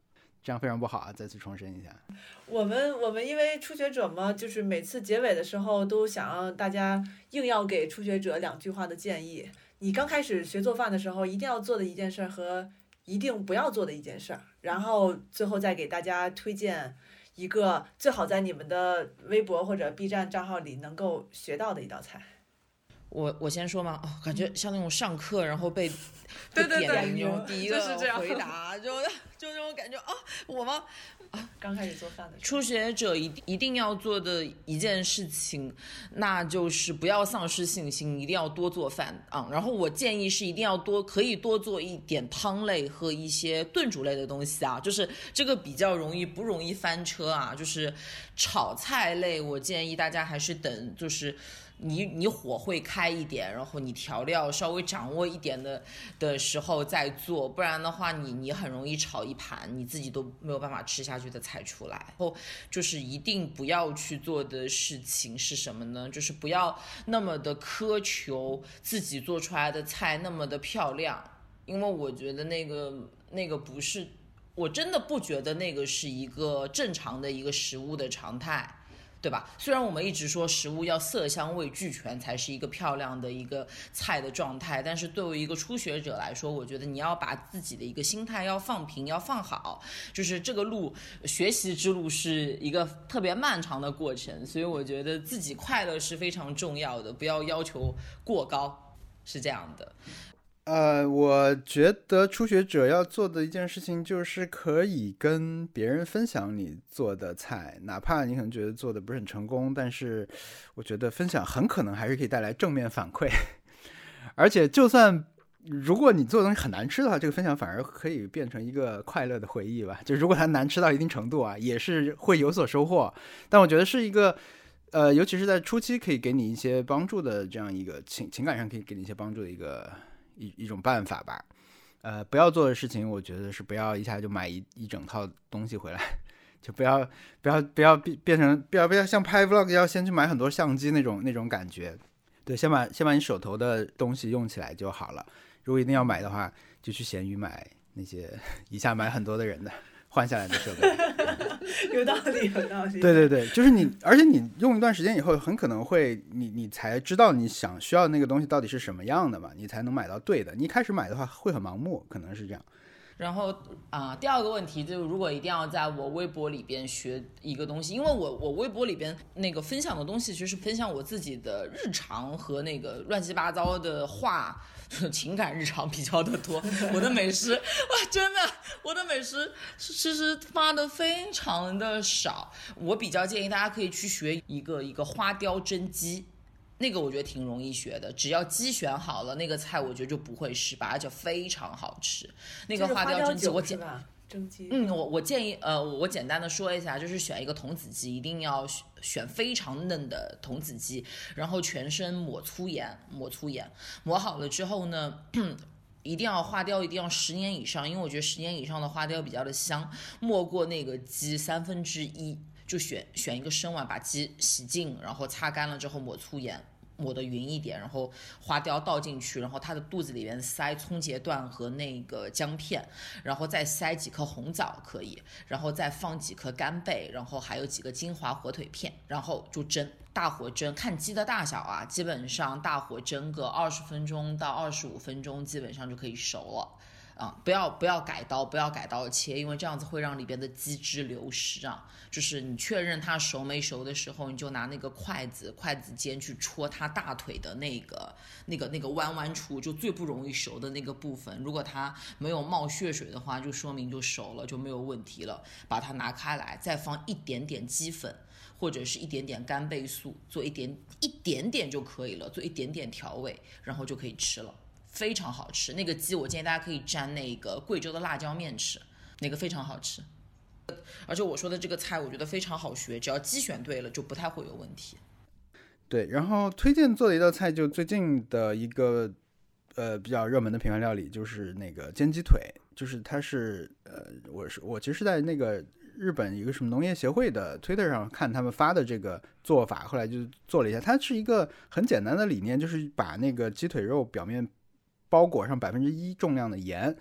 这样非常不好啊！再次重申一下。 我们我们因为初学者嘛，就是每次结尾的时候都想让大家硬要给初学者两句话的建议。你刚开始学做饭的时候，一定要做的一件事和一定不要做的一件事，然后最后再给大家推荐一个最好在你们的微博或者 B 站账号里能够学到的一道菜。 我我先说嘛，哦，感觉像那种上课然后被对对对点名那种第一个就是这样回答，就就那种感觉啊，我吗？ 刚开始做饭的时候， 初学者一一定要做的一件事情，那就是不要丧失信心，一定要多做饭啊、嗯。然后我建议是一定要多，可以多做一点汤类和一些炖煮类的东西啊，就是这个比较容易不容易翻车啊。就是炒菜类，我建议大家还是等就是。你你火会开一点，然后你调料稍微掌握一点的的时候再做，不然的话你你很容易炒一盘你自己都没有办法吃下去的菜出来。然后就是一定不要去做的事情是什么呢？就是不要那么的苛求自己做出来的菜那么的漂亮，因为我觉得那个那个不是，我真的不觉得那个是一个正常的一个食物的常态。对吧？虽然我们一直说食物要色香味俱全才是一个漂亮的一个菜的状态，但是对于一个初学者来说，我觉得你要把自己的一个心态要放平，要放好，就是这个路学习之路是一个特别漫长的过程，所以我觉得自己快乐是非常重要的，不要要求过高，是这样的。 呃，我觉得初学者要做的一件事情就是可以跟别人分享你做的菜，哪怕你可能觉得做的不是很成功，但是我觉得分享很可能还是可以带来正面反馈。而且就算如果你做的东西很难吃的话，这个分享反而可以变成一个快乐的回忆吧。就如果它难吃到一定程度啊，也是会有所收获。但我觉得是一个呃，尤其是在初期可以给你一些帮助的这样一个情情感上可以给你一些帮助的一个一一种办法吧。呃，不要做的事情，我觉得是不要一下就买一一整套东西回来，就不要不要不要变成不要不要像拍 vlog 要先去买很多相机那种那种感觉。对，先把先把你手头的东西用起来就好了。如果一定要买的话，就去闲鱼买那些一下买很多的人的换下来的设备。 有道理，有道理。 对对对，就是你，而且你用一段时间以后，很可能会你你才知道你想需要那个东西到底是什么样的嘛，你才能买到对的。你一开始买的话会很盲目，可能是这样。 然后啊、呃，第二个问题就是，如果一定要在我微博里边学一个东西，因为我我微博里边那个分享的东西，其实是分享我自己的日常和那个乱七八糟的话，情感日常比较的多。我的美食，哇，真的，我的美食其实发的非常的少。我比较建议大家可以去学一个一个花雕蒸鸡。那个我觉得挺容易学的，只要鸡选好了，那个菜我觉得就不会失败，而且非常好吃。那个花雕蒸鸡，我简蒸鸡， 嗯，我我建议，呃，我简单的说一下，就是选一个童子鸡，一定要选非常嫩的童子鸡，然后全身抹粗盐，抹粗盐，抹好了之后呢。一定要花雕，一定要十年以上，因为我觉得十年以上的花雕比较的香。没过那个鸡三分之一，就选选一个生碗，把鸡洗净，然后擦干了之后抹粗盐，抹得匀一点，然后花雕倒进去，然后它的肚子里面塞葱节段和那个姜片，然后再塞几颗红枣可以，然后再放几颗干贝，然后还有几个金华火腿片，然后就蒸。大火蒸，看鸡的大小啊，基本上大火蒸个二十分钟到二十五分钟，基本上就可以熟了。啊，不要不要改刀，不要改刀切，因为这样子会让里边的鸡汁流失啊。就是你确认它熟没熟的时候，你就拿那个筷子筷子尖去戳它大腿的那个那个那个弯弯处，就最不容易熟的那个部分。如果它没有冒血水的话，就说明就熟了，就没有问题了。把它拿开来，再放一点点鸡粉。或者是一点点干贝素，做一点一点点就可以了，做一点点调味，然后就可以吃了，非常好吃。那个鸡我建议大家可以沾那个贵州的辣椒面吃，那个非常好吃。而且我说的这个菜我觉得非常好学，只要鸡选对了就不太会有问题。 对，然后推荐做的一道菜，就最近的一个呃比较热门的平凡料理，就是那个煎鸡腿，就是它是呃我是我其实是在那个日本一个什么农业协会的 Twitter 上看他们发的这个做法，后来就做了一下。它是一个很简单的理念，就是把那个鸡腿肉表面包裹上百分之一重量的盐，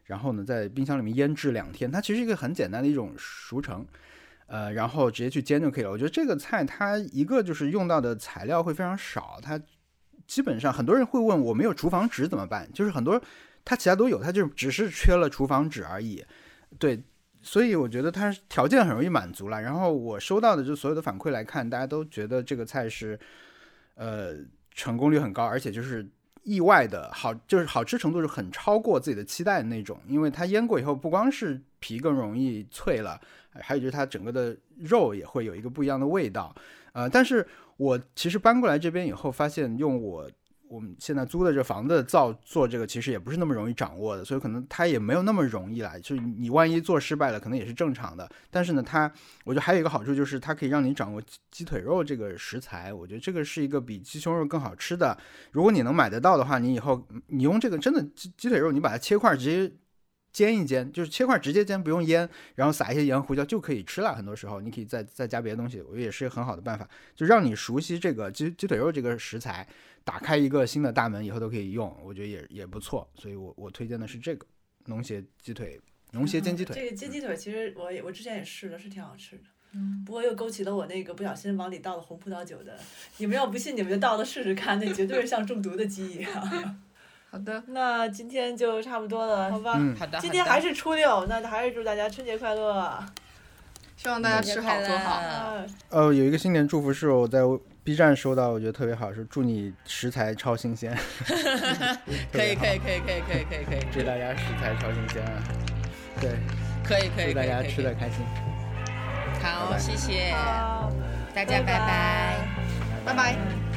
然后呢在冰箱里面腌制两天，它其实是一个很简单的一种熟成。呃，然后直接去煎就可以了。我觉得这个菜它一个就是用到的材料会非常少，它基本上很多人会问我没有厨房纸怎么办，就是很多它其他都有，它就只是缺了厨房纸而已。对，所以我觉得它条件很容易满足了。然后我收到的就所有的反馈来看，大家都觉得这个菜是呃成功率很高，而且就是意外的好，就是好吃程度是很超过自己的期待的那种。因为它腌过以后，不光是皮更容易脆了，还有就是它整个的肉也会有一个不一样的味道。呃，但是我其实搬过来这边以后，发现用我我们现在租的这房子造做这个其实也不是那么容易掌握的，所以可能它也没有那么容易啦。就是你万一做失败了，可能也是正常的。但是呢，它我觉得还有一个好处就是它可以让你掌握鸡腿肉这个食材，我觉得这个是一个比鸡胸肉更好吃的。如果你能买得到的话，你以后你用这个真的鸡鸡腿肉，你把它切块直接煎一煎，就是切块直接煎，不用腌，然后撒一些盐胡椒就可以吃了。很多时候你可以再再加别的东西，我觉得也是很好的办法，就让你熟悉这个鸡鸡腿肉这个食材，打开一个新的大门，以后都可以用，我觉得也也不错。所以我我推荐的是这个农协鸡腿，农协煎鸡腿。 嗯、这个煎鸡腿其实我也我之前也试了，是挺好吃的。嗯，不过又勾起了我那个不小心往里倒了红葡萄酒的，你们要不信你们就倒了试试看，那绝对是像中毒的记忆啊。 好的， 那今天就差不多了，好吧？ 嗯， 好的。 今天还是初六，那还是祝大家春节快乐， 希望大家吃好做好。 呃，有一个新年祝福是我在 B 站收到，我觉得特别好，是祝你食材超新鲜。 可以可以可以可以可以可以可以， 祝大家食材超新鲜啊！对， 可以可以， 祝大家吃得开心。 好，谢谢好， 大家，拜拜， 拜拜。